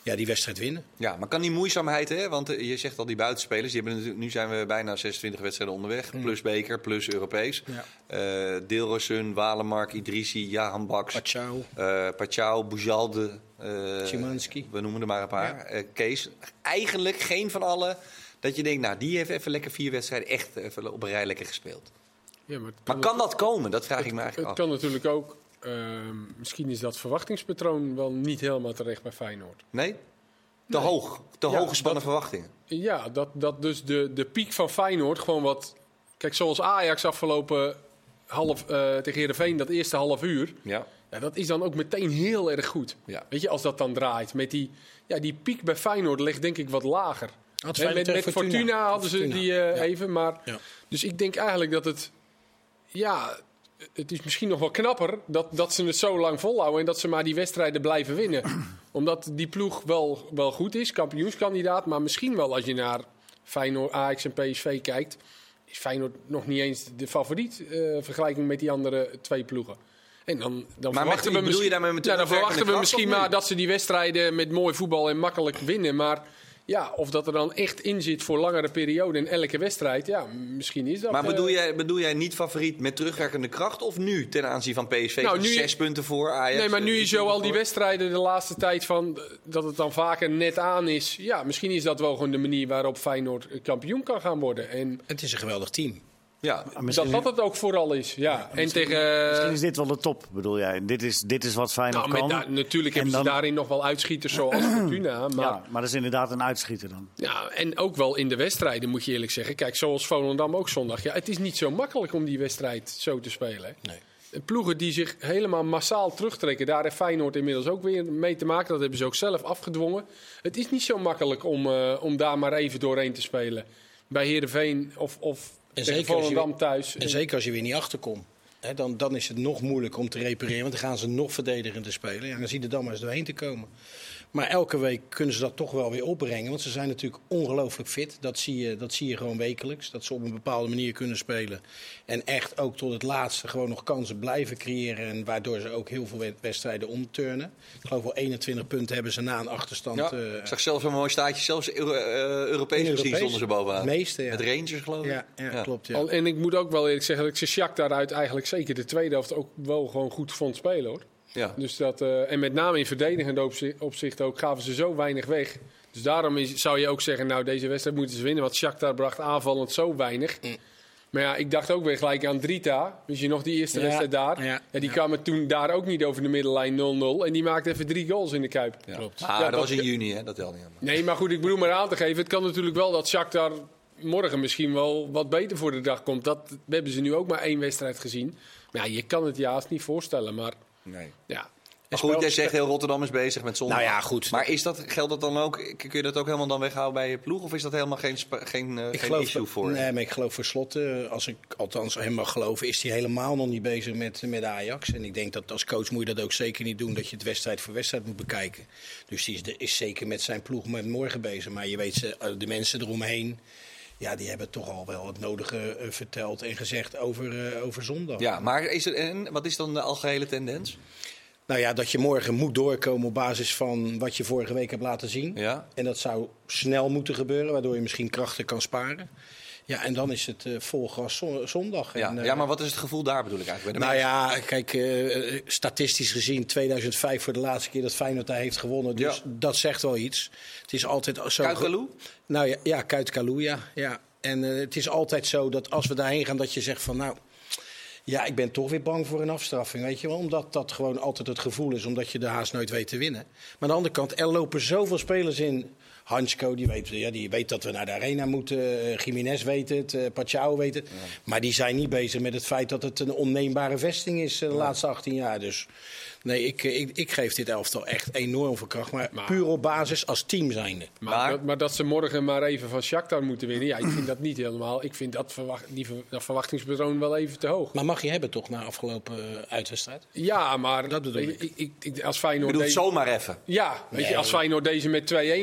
ja, die wedstrijd winnen. Ja, maar kan die moeizaamheid, hè? Want uh, je zegt al die buitenspelers. Die hebben natuurlijk, nu zijn we bijna zesentwintig wedstrijden onderweg. Mm. Plus beker, plus Europees. Ja. Uh, Deelrosun, Walemark, Idrissi, Jahan Baks. Pachau. Uh, Pachau, Bujalde. Uh, Szymanski. We noemen er maar een paar. Ja. Uh, Kees. Eigenlijk geen van allen dat je denkt, nou, die heeft even lekker vier wedstrijden echt even op een rij lekker gespeeld. Ja, maar kan, maar kan dat komen? Dat vraag het, ik me eigenlijk het af. Het kan natuurlijk ook. Uh, misschien is dat verwachtingspatroon wel niet helemaal terecht bij Feyenoord. Nee? Te nee. hoog. Te ja, hoog gespannen dat, verwachtingen. Ja, dat, dat dus de, de piek van Feyenoord gewoon wat... Kijk, zoals Ajax afgelopen half, uh, tegen Heerenveen, dat eerste half uur... Ja. Ja, dat is dan ook meteen heel erg goed. Ja. Weet je, als dat dan draait. Met die, ja, die piek bij Feyenoord ligt denk ik wat lager. Met, met, met Fortuna. Fortuna hadden ze Fortuna. die uh, ja. even. Maar, ja. Dus ik denk eigenlijk dat het... Ja, het is misschien nog wel knapper dat, dat ze het zo lang volhouden. En dat ze maar die wedstrijden blijven winnen. Omdat die ploeg wel, wel goed is, kampioenskandidaat. Maar misschien wel als je naar Feyenoord, Ajax en P S V kijkt... is Feyenoord nog niet eens de favoriet. Uh, vergelijking met die andere twee ploegen. En dan, dan maar verwachten met, we misschien, je met ja, dan verwachten we misschien maar dat ze die wedstrijden met mooi voetbal en makkelijk winnen. Maar ja, of dat er dan echt in zit voor langere periode in elke wedstrijd, ja, misschien is dat... Maar bedoel, uh, jij, bedoel jij niet favoriet met terugwerkende kracht of nu ten aanzien van P S V? Nou, nu, zes punten voor Ajax. Nee, maar nu je zo al die wedstrijden de laatste tijd van dat het dan vaker net aan is. Ja, misschien is dat wel gewoon de manier waarop Feyenoord kampioen kan gaan worden. En het is een geweldig team. Ja, dat dat het ook vooral is. Ja. Ja, en misschien, tegen, misschien is dit wel de top, bedoel jij. Dit is, dit is wat Feyenoord nou, kan. Da- natuurlijk hebben dan, ze daarin nog wel uitschieters zoals Fortuna. Maar, ja, maar dat is inderdaad een uitschieter dan. Ja, en ook wel in de wedstrijden moet je eerlijk zeggen. Kijk, zoals Volendam ook zondag. Ja, het is niet zo makkelijk om die wedstrijd zo te spelen. Hè. Nee. Ploegen die zich helemaal massaal terugtrekken. Daar heeft Feyenoord inmiddels ook weer mee te maken. Dat hebben ze ook zelf afgedwongen. Het is niet zo makkelijk om, uh, om daar maar even doorheen te spelen. Bij Heerenveen of... of En zeker, als je, thuis. en zeker als je weer niet achterkomt. Hè, dan, dan is het nog moeilijker om te repareren. Want dan gaan ze nog verdedigender spelen. Ja, dan zie je er dan maar eens doorheen te komen. Maar elke week kunnen ze dat toch wel weer opbrengen. Want ze zijn natuurlijk ongelooflijk fit. Dat zie je, dat zie je gewoon wekelijks. Dat ze op een bepaalde manier kunnen spelen. En echt ook tot het laatste gewoon nog kansen blijven creëren. En waardoor ze ook heel veel wedstrijden omturnen. Ik geloof wel eenentwintig punten hebben ze na een achterstand. Ja, uh, ik zag zelfs een mooi staatje. Zelfs Euro, uh, Europees gezien stonden ze bovenaan. Het meeste, ja. Met Rangers geloof ik. Ja, ja, ja. klopt. Ja. Al, en ik moet ook wel eerlijk zeggen dat ik Shakhtar daaruit eigenlijk zeker de tweede helft ook wel gewoon goed vond spelen hoor. Ja. Dus dat, uh, en met name in verdedigende opzicht, opzicht ook gaven ze zo weinig weg. Dus daarom is, zou je ook zeggen, nou deze wedstrijd moeten ze winnen. Want Shakhtar bracht aanvallend zo weinig. Mm. Maar ja, ik dacht ook weer gelijk aan Drita. Weet je nog die eerste ja. wedstrijd daar? Ja. Ja, die ja. kwamen toen daar ook niet over de middellijn nul nul. En die maakte even drie goals in de Kuip. Ja. Klopt. Ah, ja, dat, dat was in juni, hè? Dat telde niet. Nee, maar goed, ik bedoel maar aan te geven. Het kan natuurlijk wel dat Shakhtar morgen misschien wel wat beter voor de dag komt. Dat hebben ze nu ook maar één wedstrijd gezien. Maar ja, je kan het je haast niet voorstellen. Maar nee. ja... Maar goed, jij zegt heel Rotterdam is bezig met zondag. Nou ja, goed. Maar is dat, geldt dat dan ook, kun je dat ook helemaal dan weghouden bij je ploeg? Of is dat helemaal geen, geen, uh, geen geloof, issue voor? Nee, maar ik geloof voor Slot, uh, als ik althans hem mag geloven, is hij helemaal nog niet bezig met, met Ajax. En ik denk dat als coach moet je dat ook zeker niet doen, dat je het wedstrijd voor wedstrijd moet bekijken. Dus die is, is zeker met zijn ploeg met morgen bezig. Maar je weet, ze, de mensen eromheen, ja, die hebben toch al wel het nodige uh, verteld en gezegd over, uh, over zondag. Ja, maar is er, en wat is dan de algehele tendens? Nou ja, dat je morgen moet doorkomen op basis van wat je vorige week hebt laten zien. Ja. En dat zou snel moeten gebeuren, waardoor je misschien krachten kan sparen. Ja, en dan is het uh, vol gas zondag. Ja, en, uh, ja, maar wat is het gevoel daar bedoel ik eigenlijk? Nou ja, kijk, uh, statistisch gezien tweeduizend vijf voor de laatste keer dat Feyenoord daar heeft gewonnen. Dus ja. dat zegt wel iets. Het is altijd zo... Kuit-Kalou? Nou ja, ja Kuit-Kalou, ja, ja. En uh, het is altijd zo dat als we daarheen gaan dat je zegt van nou... Ja, ik ben toch weer bang voor een afstraffing, weet je wel. Omdat dat gewoon altijd het gevoel is, omdat je de haast nooit weet te winnen. Maar aan de andere kant, er lopen zoveel spelers in. Hansko, die weet, ja, die weet dat we naar de arena moeten. Uh, Jiménez weet het, uh, Pachau weet het. Ja. Maar die zijn niet bezig met het feit dat het een onneembare vesting is uh, de ja. laatste achttien jaar. Dus nee, ik, ik, ik geef dit elftal echt enorm veel kracht. Maar, maar puur op basis als team zijnde. Maar, maar, dat, maar dat ze morgen maar even van Shakhtar moeten winnen. Ja, ik vind dat niet helemaal. Ik vind dat, verwacht, die, dat verwachtingspatroon wel even te hoog. Maar mag je hebben toch na afgelopen uh, uitwedstrijd? Ja, maar dat bedoel ik. ik, ik, ik als Feyenoord je bedoelt deze, zomaar even. Ja, weet nee, je, als Feyenoord deze met twee-een wint,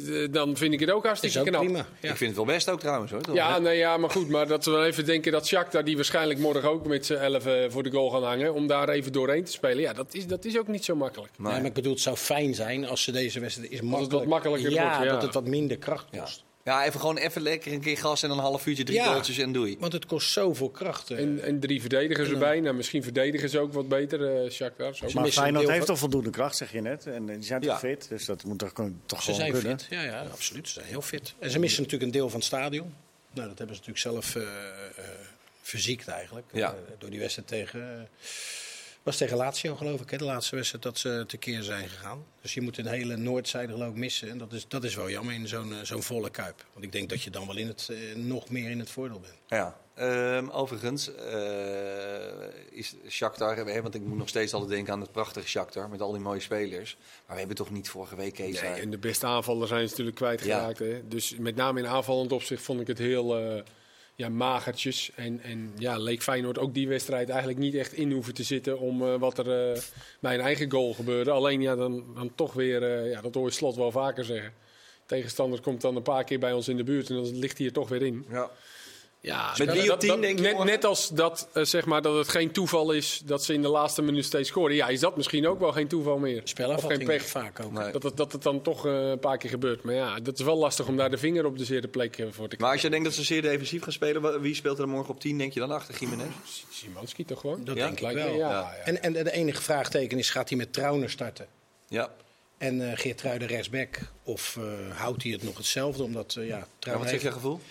uh, dan vind ik het ook hartstikke Is ook knap. prima. Ja. Ik vind het wel best ook trouwens hoor. Toch? Ja, nee, ja, maar goed. Maar dat we dan even denken dat Shakhtar, die waarschijnlijk morgen ook met z'n elf uh, voor de goal gaan hangen, om daar even doorheen te spelen. Ja, dat is, dat is ook niet zo makkelijk. Nee. Nee, maar ik bedoel, het zou fijn zijn als ze deze wedstrijd is het makkelijk. wat makkelijker ja, wordt, ja. dat het wat minder kracht Ja. kost. Ja, even gewoon even lekker een keer gas en dan een half uurtje, drie Ja. goaltjes en doei. Want het kost zoveel kracht. eh. En, en drie verdedigers En dan- erbij. Nou, misschien verdedigen ze ook wat beter, uh, Shakhtar. Zo. Ze Maar missen een Feyenoord deel heeft van- toch voldoende kracht, zeg je net. En die zijn toch Ja. fit, dus dat moet toch, gewoon- toch Ze gewoon zijn kunnen. fit. Ja, ja, absoluut. Ze zijn heel fit. En ze missen natuurlijk een deel van het stadion. Nou, dat hebben ze natuurlijk zelf uh, uh, verziekt eigenlijk. Ja. Uh, door die wedstrijd tegen... Uh, was tegen Lazio geloof ik, hè? De laatste wedstrijd dat ze tekeer zijn gegaan. Dus je moet een hele noordzijde geloof ik missen. En dat is, dat is wel jammer in zo'n uh, zo'n volle Kuip. Want ik denk dat je dan wel in het, uh, nog meer in het voordeel bent. Ja. Ehm, overigens uh, is Shakhtar, hè, want ik moet nog steeds altijd denken aan het prachtige Shakhtar met al die mooie spelers. Maar we hebben toch niet vorige week Kees. Nee, en de beste aanvaller zijn ze natuurlijk kwijtgeraakt. Ja. Hè? Dus met name in aanvallend opzicht vond ik het heel uh, ja, magertjes. En, en ja, leek Feyenoord ook die wedstrijd eigenlijk niet echt in hoeven te zitten om uh, wat er uh, bij een eigen goal gebeurde. Alleen ja, dan, dan toch weer, uh, ja, dat hoor je Slot wel vaker zeggen. Tegenstander komt dan een paar keer bij ons in de buurt en dan ligt hij er toch weer in. Ja. Ja, Met wie op tien, denk je net, morgen? net als dat, uh, zeg maar, dat het geen toeval is dat ze in de laatste minuut steeds scoren. Ja, is dat misschien ook wel geen toeval meer. Of geen Spelafvatting pech. vaak ook. Nee. Dat het, dat het dan toch uh, een paar keer gebeurt. Maar ja, dat is wel lastig om daar de vinger op de zere plek uh, voor te krijgen. Maar als je denkt dat ze zeer defensief gaan spelen, wa- wie speelt er dan morgen op tien, denk je dan achter Jiménez? Simanski toch gewoon? Dat Ja, denk ik lijkt me, wel. ja. Ja. En, en de enige vraagteken is, gaat hij met Trauner starten? Ja. En uh, Geertruiden rechtsback? Of uh, houdt hij het nog hetzelfde? Omdat, uh, ja, ja Trauner wat zeg heeft... je gevoel?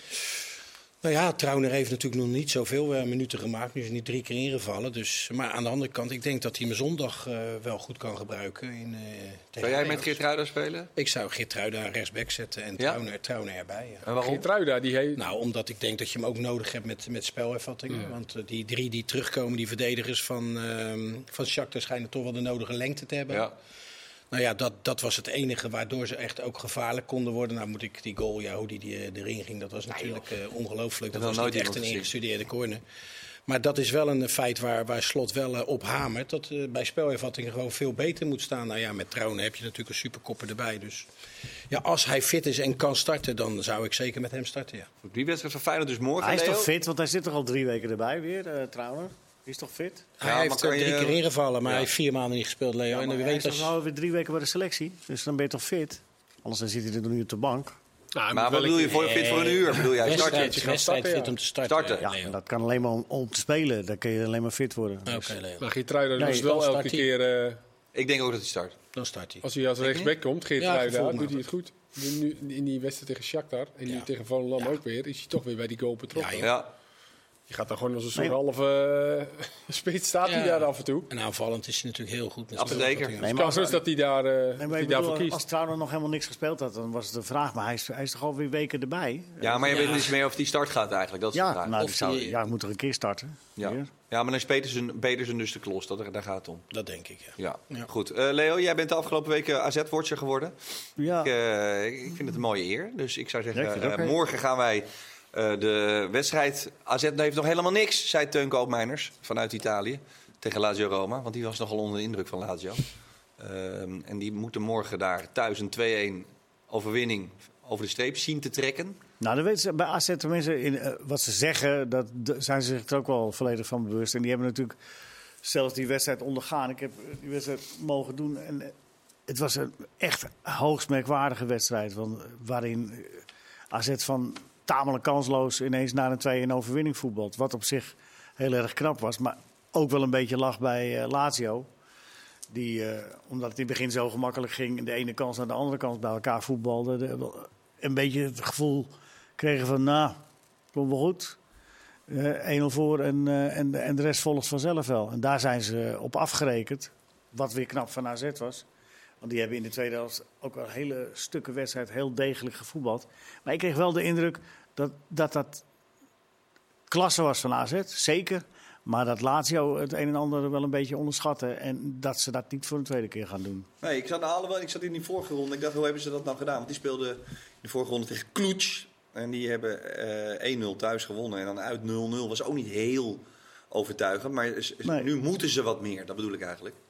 Nou ja, Trauner heeft natuurlijk nog niet zoveel uh, minuten gemaakt. Nu is hij niet drie keer ingevallen. Dus, maar aan de andere kant, ik denk dat hij hem zondag uh, wel goed kan gebruiken. In, uh, tegen Zou jij met Ajax. Geertruida spelen? Ik zou Geertruiden rechtsback zetten en Ja? Trauner, Trauner erbij. Ja. En waarom? Geertruida, die heeft... Nou, omdat ik denk dat je hem ook nodig hebt met, met spelervattingen. Ja. Want uh, die drie die terugkomen, die verdedigers van, uh, van Shakhtar schijnen toch wel de nodige lengte te hebben. Ja. Nou ja, dat, dat was het enige waardoor ze echt ook gevaarlijk konden worden. Nou moet ik die goal, ja, hoe die, die erin ging, dat was natuurlijk uh, ongelooflijk. Dat heb was nog niet nooit echt een iemand ingestudeerde corner. Maar dat is wel een feit waar, waar Slot wel uh, op hamert. Dat uh, bij spelervattingen gewoon veel beter moet staan. Nou ja, met Trauner heb je natuurlijk een superkopper erbij. Dus ja, als hij fit is en kan starten, dan zou ik zeker met hem starten, ja. Die wedstrijd van Feyenoord dus morgen, Hij is Leo? toch fit, want hij zit er al drie weken erbij weer, uh, Trauner. Hij is toch fit? Hij maar heeft kan uh, drie je- keer ingevallen, maar Ja. hij heeft vier maanden niet gespeeld, Leo. Ja, en maar dan hij weet is toch als... al weer drie weken bij de selectie, dus dan ben je toch fit? Anders dan zit hij er nu op de bank. Nou, Maar wat bedoel je, voor fit voor een uur? Bedoel jij? Start Wedstrijd, je? gaan wedstrijd starten, fit ja. om te starten. Starten. Ja, Leo. en dat kan alleen maar om, om te spelen. Dan kun je alleen maar fit worden. Oké, Dus- Leo. Maar Geertruida Nee, doet het dan wel elke start hij. keer... Uh, Ik denk ook dat hij start. Dan start hij. als hij als rechtsback komt, Geertruida, Ja, gevoel doet hij het goed. Nu, in die wedstrijd tegen Shakhtar en nu Ja. tegen Volendam Ja. ook weer, is hij toch weer bij die goal betrokken. Ja, joh. Ja. Je gaat dan gewoon als een soort Nee. halve uh, spits, staat hij Ja. daar af en toe. En aanvallend is hij natuurlijk heel goed. Met Apotheker. zijn doelpattingen. Nee, Het maar kan als, dus dat hij, daar, uh, nee, dat maar hij ik daarvoor bedoel, kiest. als Trauner nog helemaal niks gespeeld had, dan was het de vraag. Maar hij is, hij is toch alweer weken erbij? Ja, maar je Ja. weet niet meer of die start gaat eigenlijk. Dat is de Ja, vraag. nou, Of die zou, die- ja, ik moet er een keer starten. Ja. Weer. Ja, maar dan is Petersen, Petersen dus de klos. Dat, daar gaat het om. Dat denk ik, ja. Ja, Ja. goed. Eh, Leo, jij bent de afgelopen weken A Z-watcher geworden. Ja. Ik, eh, ik vind het een mooie eer. Dus ik zou zeggen, Ja, ik vind het eh, ook, hè. morgen gaan wij eh, de wedstrijd... A Z heeft nog helemaal niks, zei Teun Koopmeiners vanuit Italië. Tegen Lazio Roma, want die was nogal onder de indruk van Lazio. Ehm, en die moeten morgen daar thuis een twee-een overwinning over de streep zien te trekken. Nou, dan weten ze bij A Z tenminste, in, uh, wat ze zeggen, dat de- zijn ze zich er ook wel volledig van bewust. En die hebben natuurlijk zelfs die wedstrijd ondergaan. Ik heb die wedstrijd mogen doen en uh, het was een echt hoogst merkwaardige wedstrijd. Want, uh, waarin uh, A Z van tamelijk kansloos ineens naar een twee-een overwinning voetbalt. Wat op zich heel erg knap was, maar ook wel een beetje lag bij uh, Lazio. Die, uh, omdat het in het begin zo gemakkelijk ging, de ene kans naar de andere kans bij elkaar voetbalde. De, wel een beetje het gevoel kregen van, nou, komt wel goed. Uh, één nul voor en, uh, en, en de rest volgt vanzelf wel. En daar zijn ze op afgerekend, wat weer knap van A Z was. Want die hebben in de tweede helft ook al hele stukken wedstrijd heel degelijk gevoetbald. Maar ik kreeg wel de indruk dat dat, dat klasse was van A Z, zeker. Maar dat Lazio het een en ander wel een beetje onderschatten. En dat ze dat niet voor een tweede keer gaan doen. Nee, ik zat, halen wel, ik zat in die vorige ronde. Ik dacht, hoe hebben ze dat nou gedaan? Want die speelden in de vorige ronde tegen Cluj. En die hebben uh, één nul thuis gewonnen. En dan uit nul nul was ook niet heel overtuigend. Maar s- Nee. nu moeten ze wat meer, dat bedoel ik eigenlijk. Ja.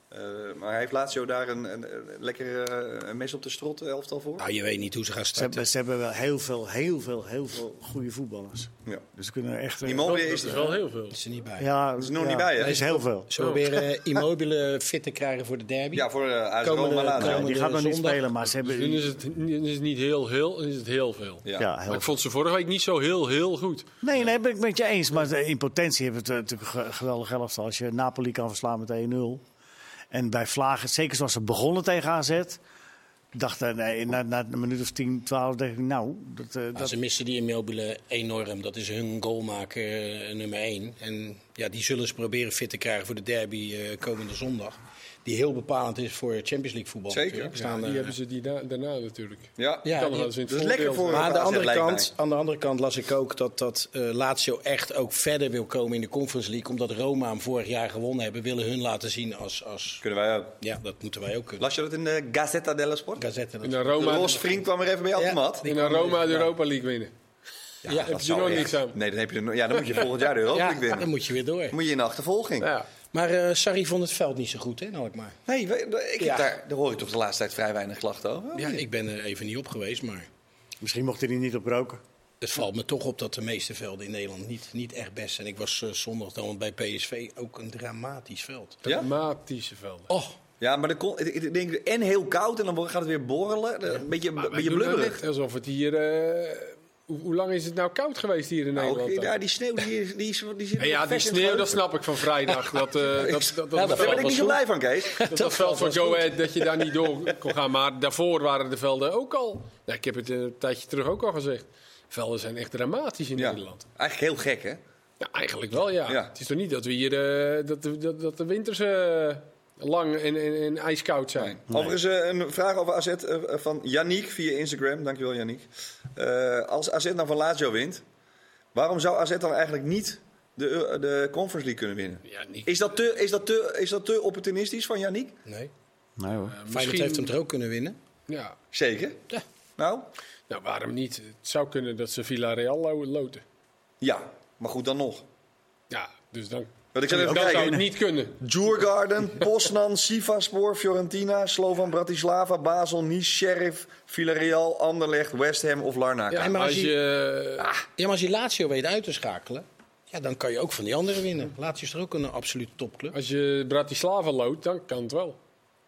Uh, maar heeft Lazio daar een, een, een lekker uh, mes op de strot elftal voor? Nou, je weet niet hoe ze gaan Ze starten. hebben, ze hebben wel heel veel, heel veel, heel veel goede voetballers. Ja. Dus ze kunnen echt... uh, Immobile Dat is is er wel heel veel. Dat is er niet bij. Ja, Dat is er nog ja, niet bij, hè? Dat is heel veel. Zullen we weer uh, Immobile fit te krijgen voor de derby? Ja, voor uh, A S Komende- Roma Lazio. komende- Die gaat nog niet zondag. spelen, maar ze Dus hebben... nu is het, nu is het niet heel, heel, dan is het heel veel. Ja. Ja, Maar heel ik vond ze vorige week niet zo heel, heel goed. Nee, nee, ben ik met je eens. Maar in potentie hebben we het natuurlijk een geweldig elftal. Als je Napoli kan verslaan met één nul. En bij Vlagen, zeker zoals ze begonnen tegen A Z... dacht uh, nee, na, na een minuut of tien, twaalf, dacht ik nou... Dat, uh, Nou, dat... ze missen die Immobile enorm. Dat is hun goalmaker uh, nummer één. En ja, die zullen ze proberen fit te krijgen voor de derby uh, komende zondag. Die heel bepalend is voor Champions League voetbal. Zeker. natuurlijk. Ja, Staan, die uh, hebben ze die da- daarna natuurlijk. Ja, Ja, kan nog die- wel eens in het dat is lekker voordeel voor- Maar aan de, A Z andere lijkt kant, aan de andere kant las ik ook dat, dat uh, Lazio echt ook verder wil komen in de Conference League. Omdat Roma hem vorig jaar gewonnen hebben. Willen hun laten zien als... als kunnen wij ook. ja, dat moeten wij ook kunnen. Las je dat in de Gazzetta dello Sport? Gazette, dat In is- de De Roma, Ros vriend kwam er even bij Automat. in de Roma de Europa League winnen. ja, heb Dat je zou nog echt- niks aan. Nee, dan, heb je er, no- ja, dan moet je volgend jaar de Europa ja, League winnen. dan moet je weer door. Moet je in de achtervolging. Ja. Maar uh, Sarri vond het veld niet zo goed, hè, nou maar. Nee, we- ik heb Ja. daar, daar hoor ik toch de laatste tijd vrij weinig klachten over. Ja, ik ben er even niet op geweest, maar Misschien mocht hij er niet op roken. het valt me toch op dat de meeste velden in Nederland niet, niet echt best zijn. Ik was uh, zondag dan bij P S V ook een dramatisch veld. Ja? Dramatische velden. Oh, Ja, maar dan kon, ik ik denk en heel koud en dan gaat het weer borrelen. Een beetje, Maar een beetje wij doen blubberig. net alsof het hier... eh, hoe, hoe lang is het nou koud geweest hier in Nou, Nederland? dan? ja, die sneeuw die, is- die, is- die zit Ja, ja, die vers in het sneeuw, dat geheugen. snap ik van vrijdag. Dat, eh, dat, dat, dat, Ja, dat, dat Daar ben ik niet zo was blij van, Kees. goed. Dat, dat veld van Go Ahead, dat je daar niet door kon gaan. Maar daarvoor waren de velden ook al... Ja, ik heb het een tijdje terug ook al gezegd. Velden zijn echt dramatisch in Ja. Nederland. Eigenlijk heel gek, hè? Ja, eigenlijk wel, ja. Ja. Het is toch niet dat we hier... eh, dat, de- dat, dat de winters eh, lang en, en, en ijskoud zijn. Overigens uh, een vraag over A Z uh, van Yannick via Instagram. Dankjewel, Yannick. Uh, als A Z nou van Lazio wint, waarom zou A Z dan eigenlijk niet de, uh, de Conference League kunnen winnen? Ja, niet, Is dat te, is dat te, is dat te opportunistisch van Yannick? nee. Nee hoor. eh, Feyenoord misschien- heeft hem er ook kunnen winnen. Ja, Zeker. Ja. Nou, nou waarom niet? Het zou kunnen dat ze Villarreal lo- loten. ja. Maar goed, dan nog. Ja, dus dan, Want ik zat even dan zou kijken. het niet kunnen. Djurgården, Poznan, Sivasspor, Fiorentina, Slovan Bratislava, Basel, Nice, Sheriff, Villarreal, Anderlecht, West Ham of Larnaca. Ja, maar Als als je... je, ja, maar als je Lazio weet uit te schakelen, ja, dan kan je ook van die anderen winnen. Lazio is er ook een absolute topclub. Als je Bratislava loodt, dan kan het wel.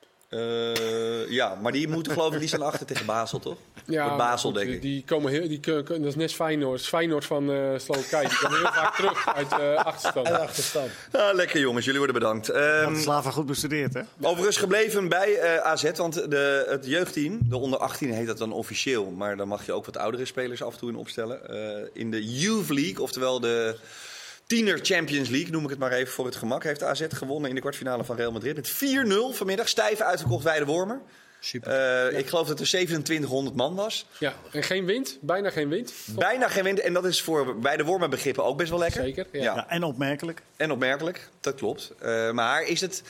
Uh, ja, maar die moeten geloof ik, die staan achter tegen Basel, toch? Ja, Met Basel, maar goed, denk ik. Die komen heel, die, kun- kun- dat is net Feyenoord. Feyenoord van uh, Slowakije. Die komen heel vaak terug uit de achterstand. En de achterstand. Ah, lekker jongens, jullie worden bedankt. Um, Slava goed bestudeerd, hè? overigens gebleven bij uh, A Z, want de, het jeugdteam, de onder achttien heet dat dan officieel. Maar dan mag je ook wat oudere spelers af en toe in opstellen. Uh, in de Youth League, oftewel de Tiener Champions League, noem ik het maar even voor het gemak, heeft A Z gewonnen in de kwartfinale van Real Madrid. Met vier nul vanmiddag, stijf uitverkocht bij de Wormer. Super. Uh, ik geloof dat er zevenentwintighonderd man was. Ja, en geen wind. Bijna geen wind. Bijna geen wind. En dat is voor bij de Wormer begrippen ook best wel lekker. Zeker, ja. Ja. Ja, en opmerkelijk. En opmerkelijk, dat klopt. Uh, maar is het,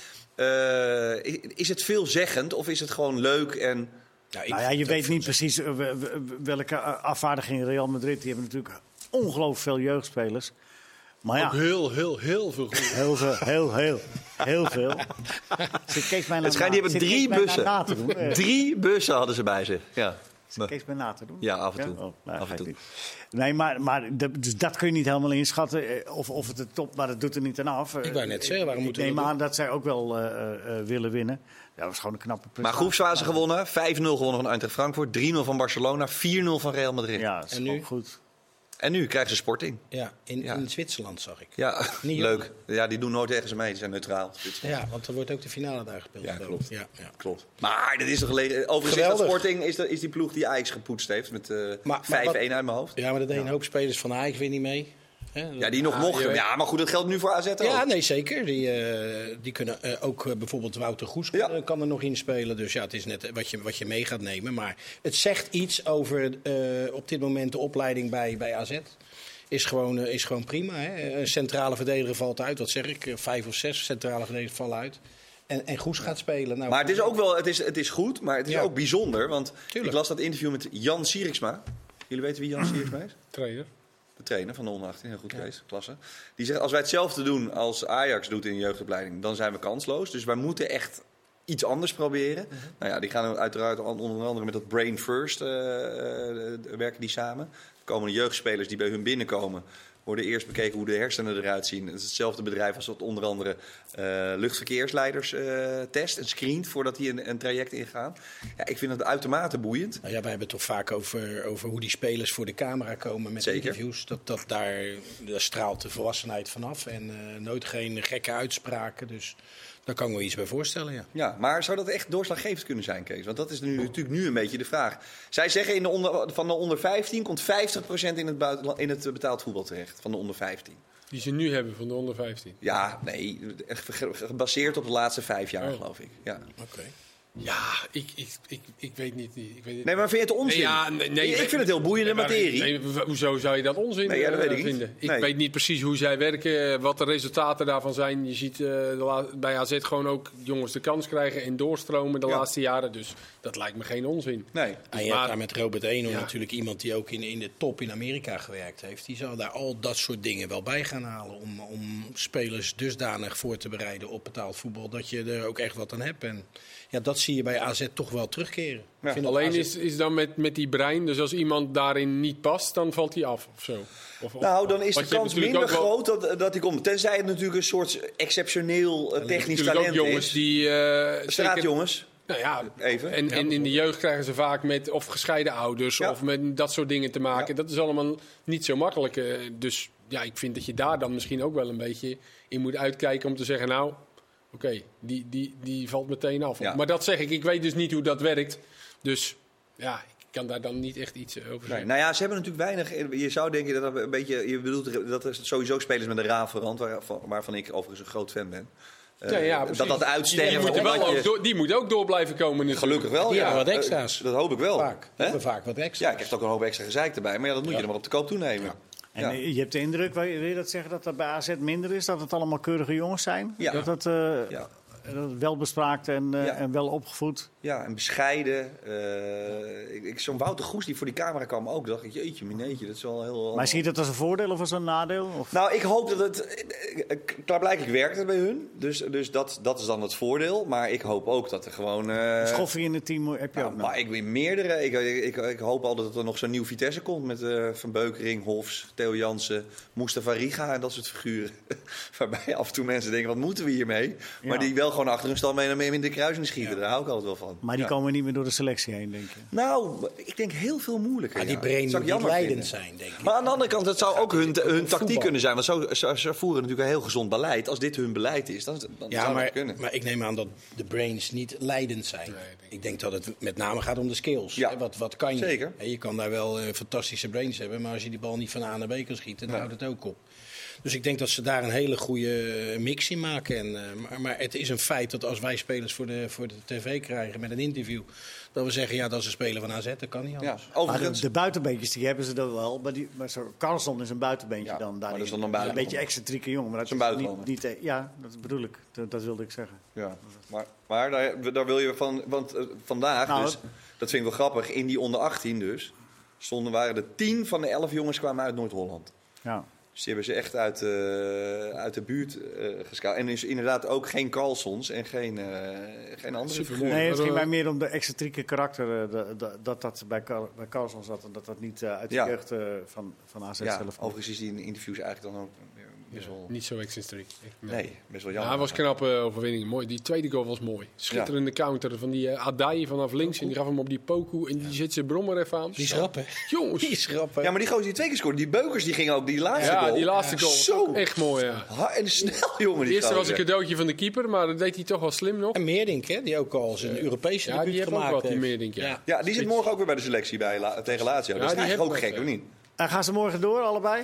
uh, is het veelzeggend of is het gewoon leuk en... Ja, ik Nou ja, vind je het ook weet niet precies uh, w- w- welke uh, afvaardiging Real Madrid. Die hebben natuurlijk ongelooflijk veel jeugdspelers. Maar ja, Ook heel, heel, heel veel goed. heel veel, heel, heel, heel veel. Zit Kees mij Het schijnt, die hebben zit drie Kees mij bussen. na te doen? Eh, Drie bussen hadden ze bij zich. Ja. Zit Kees mij na te doen? Ja, af en toe. Oh, nou, Af en geeft toe. niet. Nee, maar, maar de- dus dat kun je niet helemaal inschatten. eh, Of, of het het top, maar dat doet er niet aan af. Ik wou net zeggen, waarom Ik moeten we neem dat aan dat zij ook wel uh, uh, willen winnen. Ja, dat was gewoon een knappe Maar prestatie. groepsfase gewonnen. vijf nul gewonnen van Eintracht Frankfurt. drie nul van Barcelona. vier nul van Real Madrid. Ja, dat is En gewoon nu? goed. En nu krijgen ze Sporting. Ja, in, Ja. in Zwitserland zag ik. Ja, Niet leuk. Ja, die doen nooit ergens mee. Die zijn neutraal. Ja, want er wordt ook de finale daar gespeeld. Ja, geloof ik. klopt. Ja, ja. Klopt. Maar dat is toch geleden. Overigens is dat Geweldig. Sporting is, dat, is die ploeg die Ajax gepoetst heeft. Met uh, maar vijf één wat- uit mijn hoofd. Ja, maar dat deden een hoop spelers van Ajax weer niet mee. Hè, dat- Ja, die nog Ah, mochten. je weet- Ja, maar goed, dat geldt nu voor A Z ook. Ja, nee, zeker. Die, eh, die kunnen eh, ook eh, bijvoorbeeld Wouter Goes Ja. kan, kan er nog in spelen. Dus ja, het is net wat je, wat je mee gaat nemen. Maar het zegt iets over eh, op dit moment de opleiding bij, bij A Z. Is gewoon, eh, is gewoon prima. Hè? Een centrale verdediger valt uit. Wat zeg ik? Eh, Vijf of zes centrale verdedigers vallen uit. En, en Goes gaat spelen. Nou, Maar het is ook wel, het is, het is goed, maar het is Ja. ook bijzonder. Want Tuurlijk. ik las dat interview met Jan Sieriksma. Jullie weten wie Jan Sieriksma is? Trainer. de trainer van de onder achttien, heel goed Kees, ja. Klasse. Die zegt, als wij hetzelfde doen als Ajax doet in de jeugdopleiding, dan zijn we kansloos. Dus wij moeten echt iets anders proberen. Uh-huh. Nou ja, die gaan uiteraard onder andere met dat Brain First uh, uh, werken die samen. De komende jeugdspelers die bij hun binnenkomen, worden eerst bekeken hoe de hersenen eruit zien. Het is hetzelfde bedrijf als wat onder andere uh, luchtverkeersleiders uh, test en screent voordat die een, een traject ingaan. Ja, ik vind het uitermate boeiend. Nou ja, wij hebben het toch vaak over, over hoe die spelers voor de camera komen met Zeker. interviews. Dat, dat daar, daar straalt de volwassenheid vanaf en uh, nooit geen gekke uitspraken. Dus daar kan ik me iets bij voorstellen, ja. Ja, maar zou dat echt doorslaggevend kunnen zijn, Kees? Want dat is nu, natuurlijk nu een beetje de vraag. Zij zeggen in de onder, van de onder vijftien komt vijftig procent in het, buitenland, in het betaald voetbal terecht. Van de onder vijftien. Die ze nu hebben van de onder vijftien? Ja, nee. Gebaseerd op de laatste vijf jaar, oh. geloof ik. Ja. Oké. Okay. Ja, ik, ik, ik, ik weet niet. Ik weet het. Nee, maar vind je het onzin? Nee, ja, nee, nee, ik vind het heel boeiende nee, materie. Nee, hoezo zou je dat onzin nee, ja, dat weet ik vinden? niet. Nee. Ik weet niet precies hoe zij werken, wat de resultaten daarvan zijn. Je ziet uh, bij A Z gewoon ook jongens de kans krijgen en doorstromen de ja. laatste jaren. Dus dat lijkt me geen onzin. Nee. En je maar, hebt daar met Robert Eno ja. natuurlijk iemand die ook in, in de top in Amerika gewerkt heeft. Die zal daar al dat soort dingen wel bij gaan halen om, om spelers dusdanig voor te bereiden op betaald voetbal. Dat je er ook echt wat aan hebt. En ja, dat zie je bij A Z toch wel terugkeren. Ja. Alleen A Z... is, is dan met, met die brein, dus als iemand daarin niet past, dan valt hij af of zo. Of, nou, dan is de kans minder wel... groot dat, dat hij komt. Tenzij het natuurlijk een soort exceptioneel uh, technisch talent ook jongens is. Die, uh, straatjongens. Zeker... Nou ja, even. En, ja, en in de jeugd krijgen ze vaak met of gescheiden ouders ja. of met dat soort dingen te maken. Ja. Dat is allemaal niet zo makkelijk. Uh, dus ja, ik vind dat je daar dan misschien ook wel een beetje in moet uitkijken om te zeggen, nou, oké, okay, die, die, die valt meteen af. Ja. Maar dat zeg ik, ik weet dus niet hoe dat werkt. Dus ja, ik kan daar dan niet echt iets over zeggen. Nee, nou ja, ze hebben natuurlijk weinig. Je zou denken dat er een beetje. Je bedoelt dat er sowieso spelers met een raar verand, waarvan, waarvan ik overigens een groot fan ben. Uh, ja, ja, dat dat uitsterven. Die, die, moet je... door, die moet ook door blijven komen. Nu. Gelukkig wel. Die ja, hebben wat extra's. Uh, dat hoop ik wel. Vaak. Die hebben vaak wat extra's. Ja, je krijgt ook een hoop extra gezeik erbij. Maar ja, dat moet ja. je er maar op de koop toenemen. Ja. En ja. je hebt de indruk, wil je dat zeggen, dat dat bij A Z minder is? Dat het allemaal keurige jongens zijn? Ja. Dat het uh, ja. wel bespraakt en, uh, ja. en wel opgevoed? Ja, en bescheiden. Uh, ik, ik, Zo'n Wouter Goes die voor die camera kwam ook. Dacht ik, jeetje, mineetje, dat is wel heel... Maar zie je dat als een voordeel of als een nadeel? Of? Nou, ik hoop dat het... Klaarblijkelijk werkt het bij hun. Dus, dus dat, dat is dan het voordeel. Maar ik hoop ook dat er gewoon... Uh, Schoffie in het team heb je nou, ook nog. Maar ik weet meerdere. Ik, ik, ik, ik hoop altijd dat er nog zo'n nieuw Vitesse komt. Met uh, Van Beukering, Hofs, Theo Jansen, Mustafa Riga en dat soort figuren. Waarbij af en toe mensen denken, wat moeten we hiermee? Ja. Maar die wel gewoon achter hun stal mee in de kruising schieten. Ja. Daar hou ik altijd wel van. Maar die ja. komen niet meer door de selectie heen, denk je? Nou, ik denk heel veel moeilijker. Maar die ja. brain moet niet leidend vinden. zijn, denk ik. Maar aan de andere kant, dat zou ook hun, hun tactiek kunnen zijn. Want zo, zo, ze voeren natuurlijk een heel gezond beleid. Als dit hun beleid is, dan, dan ja, zou maar, dat kunnen. Maar ik neem aan dat de brains niet leidend zijn. Nee, ik, ik denk dat het met name gaat om de skills. Ja. Hè? Wat, wat kan je? Zeker. Je kan daar wel uh, fantastische brains hebben. Maar als je die bal niet van A naar B kan schieten, dan nee. houdt het ook op. Dus ik denk dat ze daar een hele goede mix in maken. En, uh, maar, maar het is een feit dat als wij spelers voor de, voor de tv krijgen met een interview, dat we zeggen, ja, dat is een speler van A Z, dat kan niet anders. Ja, overigens... de, de buitenbeentjes, die hebben ze dan wel. Maar, die, maar zo, Carlson is een buitenbeentje ja, dan. Daar dat is dan een, een beetje excentrieke jongen. Maar dat is een buitenlander. Niet, niet, ja, dat bedoel ik. Dat, dat wilde ik zeggen. Ja, maar, maar daar, daar wil je van... Want uh, vandaag, nou, dus, dat vind ik wel grappig, in die onder achttien dus, stonden, waren er tien van de elf jongens kwamen uit Noord-Holland. Ja. Dus die hebben ze echt uit, uh, uit de buurt uh, geschaald. En is inderdaad ook geen Carlsons en geen, uh, geen andere figuren. Nee, het ging mij meer om de excentrieke karakter. Uh, dat, dat dat bij, Carl, bij Carlsons zat en dat dat niet uh, uit de ja. jeugd uh, van, van A Z ja, zelf. Overigens is die in de interviews eigenlijk dan ook best wel... Ja, niet zo excentriek. Nee. nee, best wel jammer. Ja, was knappe overwinning. Mooi. Die tweede goal was mooi. Schitterende ja. counter van die uh, Adai vanaf links. En die gaf hem op die Poku. En die ja. zit zijn brommer even aan. Die is rap, hè? Jongens. Die is rap, hè? Ja, maar die gozer die twee keer scoorde. Die Beukers die gingen ook die laatste ja, goal. Ja, die laatste goal. Zo. Echt mooi, ja. Ha, en snel, jongen. De eerste was een cadeautje van de keeper. Maar dat deed hij toch wel slim nog. En Meerdink, hè? Die ook al zijn Europese ja, debuut die gemaakt ook wat, heeft. Die Meerdink, ja. Ja, ja, die zit morgen ook weer bij de selectie bij, la, tegen Lazio. Ja, dat is eigenlijk ook gek, of niet? En gaan ze morgen door, allebei?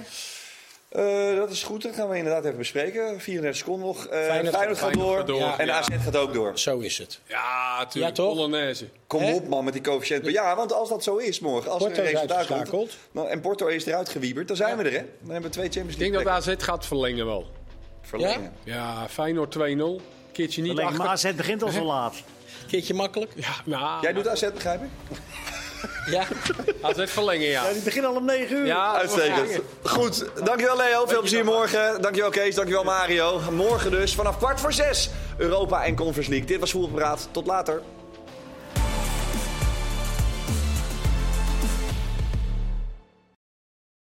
Uh, dat is goed, dat gaan we inderdaad even bespreken. vierendertig seconden nog. Uh, Feyenoord, Feyenoord gaat door, gaat door. Ja. En ja. A Z gaat ook door. Zo is het. Ja, natuurlijk. Ja, toch? Polonaise. Kom He? op man met die coëfficiënt. Ja, want als dat zo is morgen, als Porto er een resultaat komt, komt, nou, en Porto is eruit gewieberd, dan zijn ja. we er, hè? Dan hebben we twee Champions League. Ik denk dat A Z gaat verlengen wel. Verlengen? Ja, ja Feyenoord twee nul. Keertje niet verlengen, achter. Maar A Z begint al zo laat. Keertje makkelijk. Ja, nou, Jij doet A Z, begrijp ik? Ja? A Z verlengen, ja. Ja, die beginnen al om negen uur. Ja, Uitstekend. Goed, dankjewel Leo. Veel plezier morgen. Dankjewel Kees, dankjewel Mario. Morgen dus vanaf kwart voor zes. Europa en Conference League. Dit was Voetbalpraat. Tot later.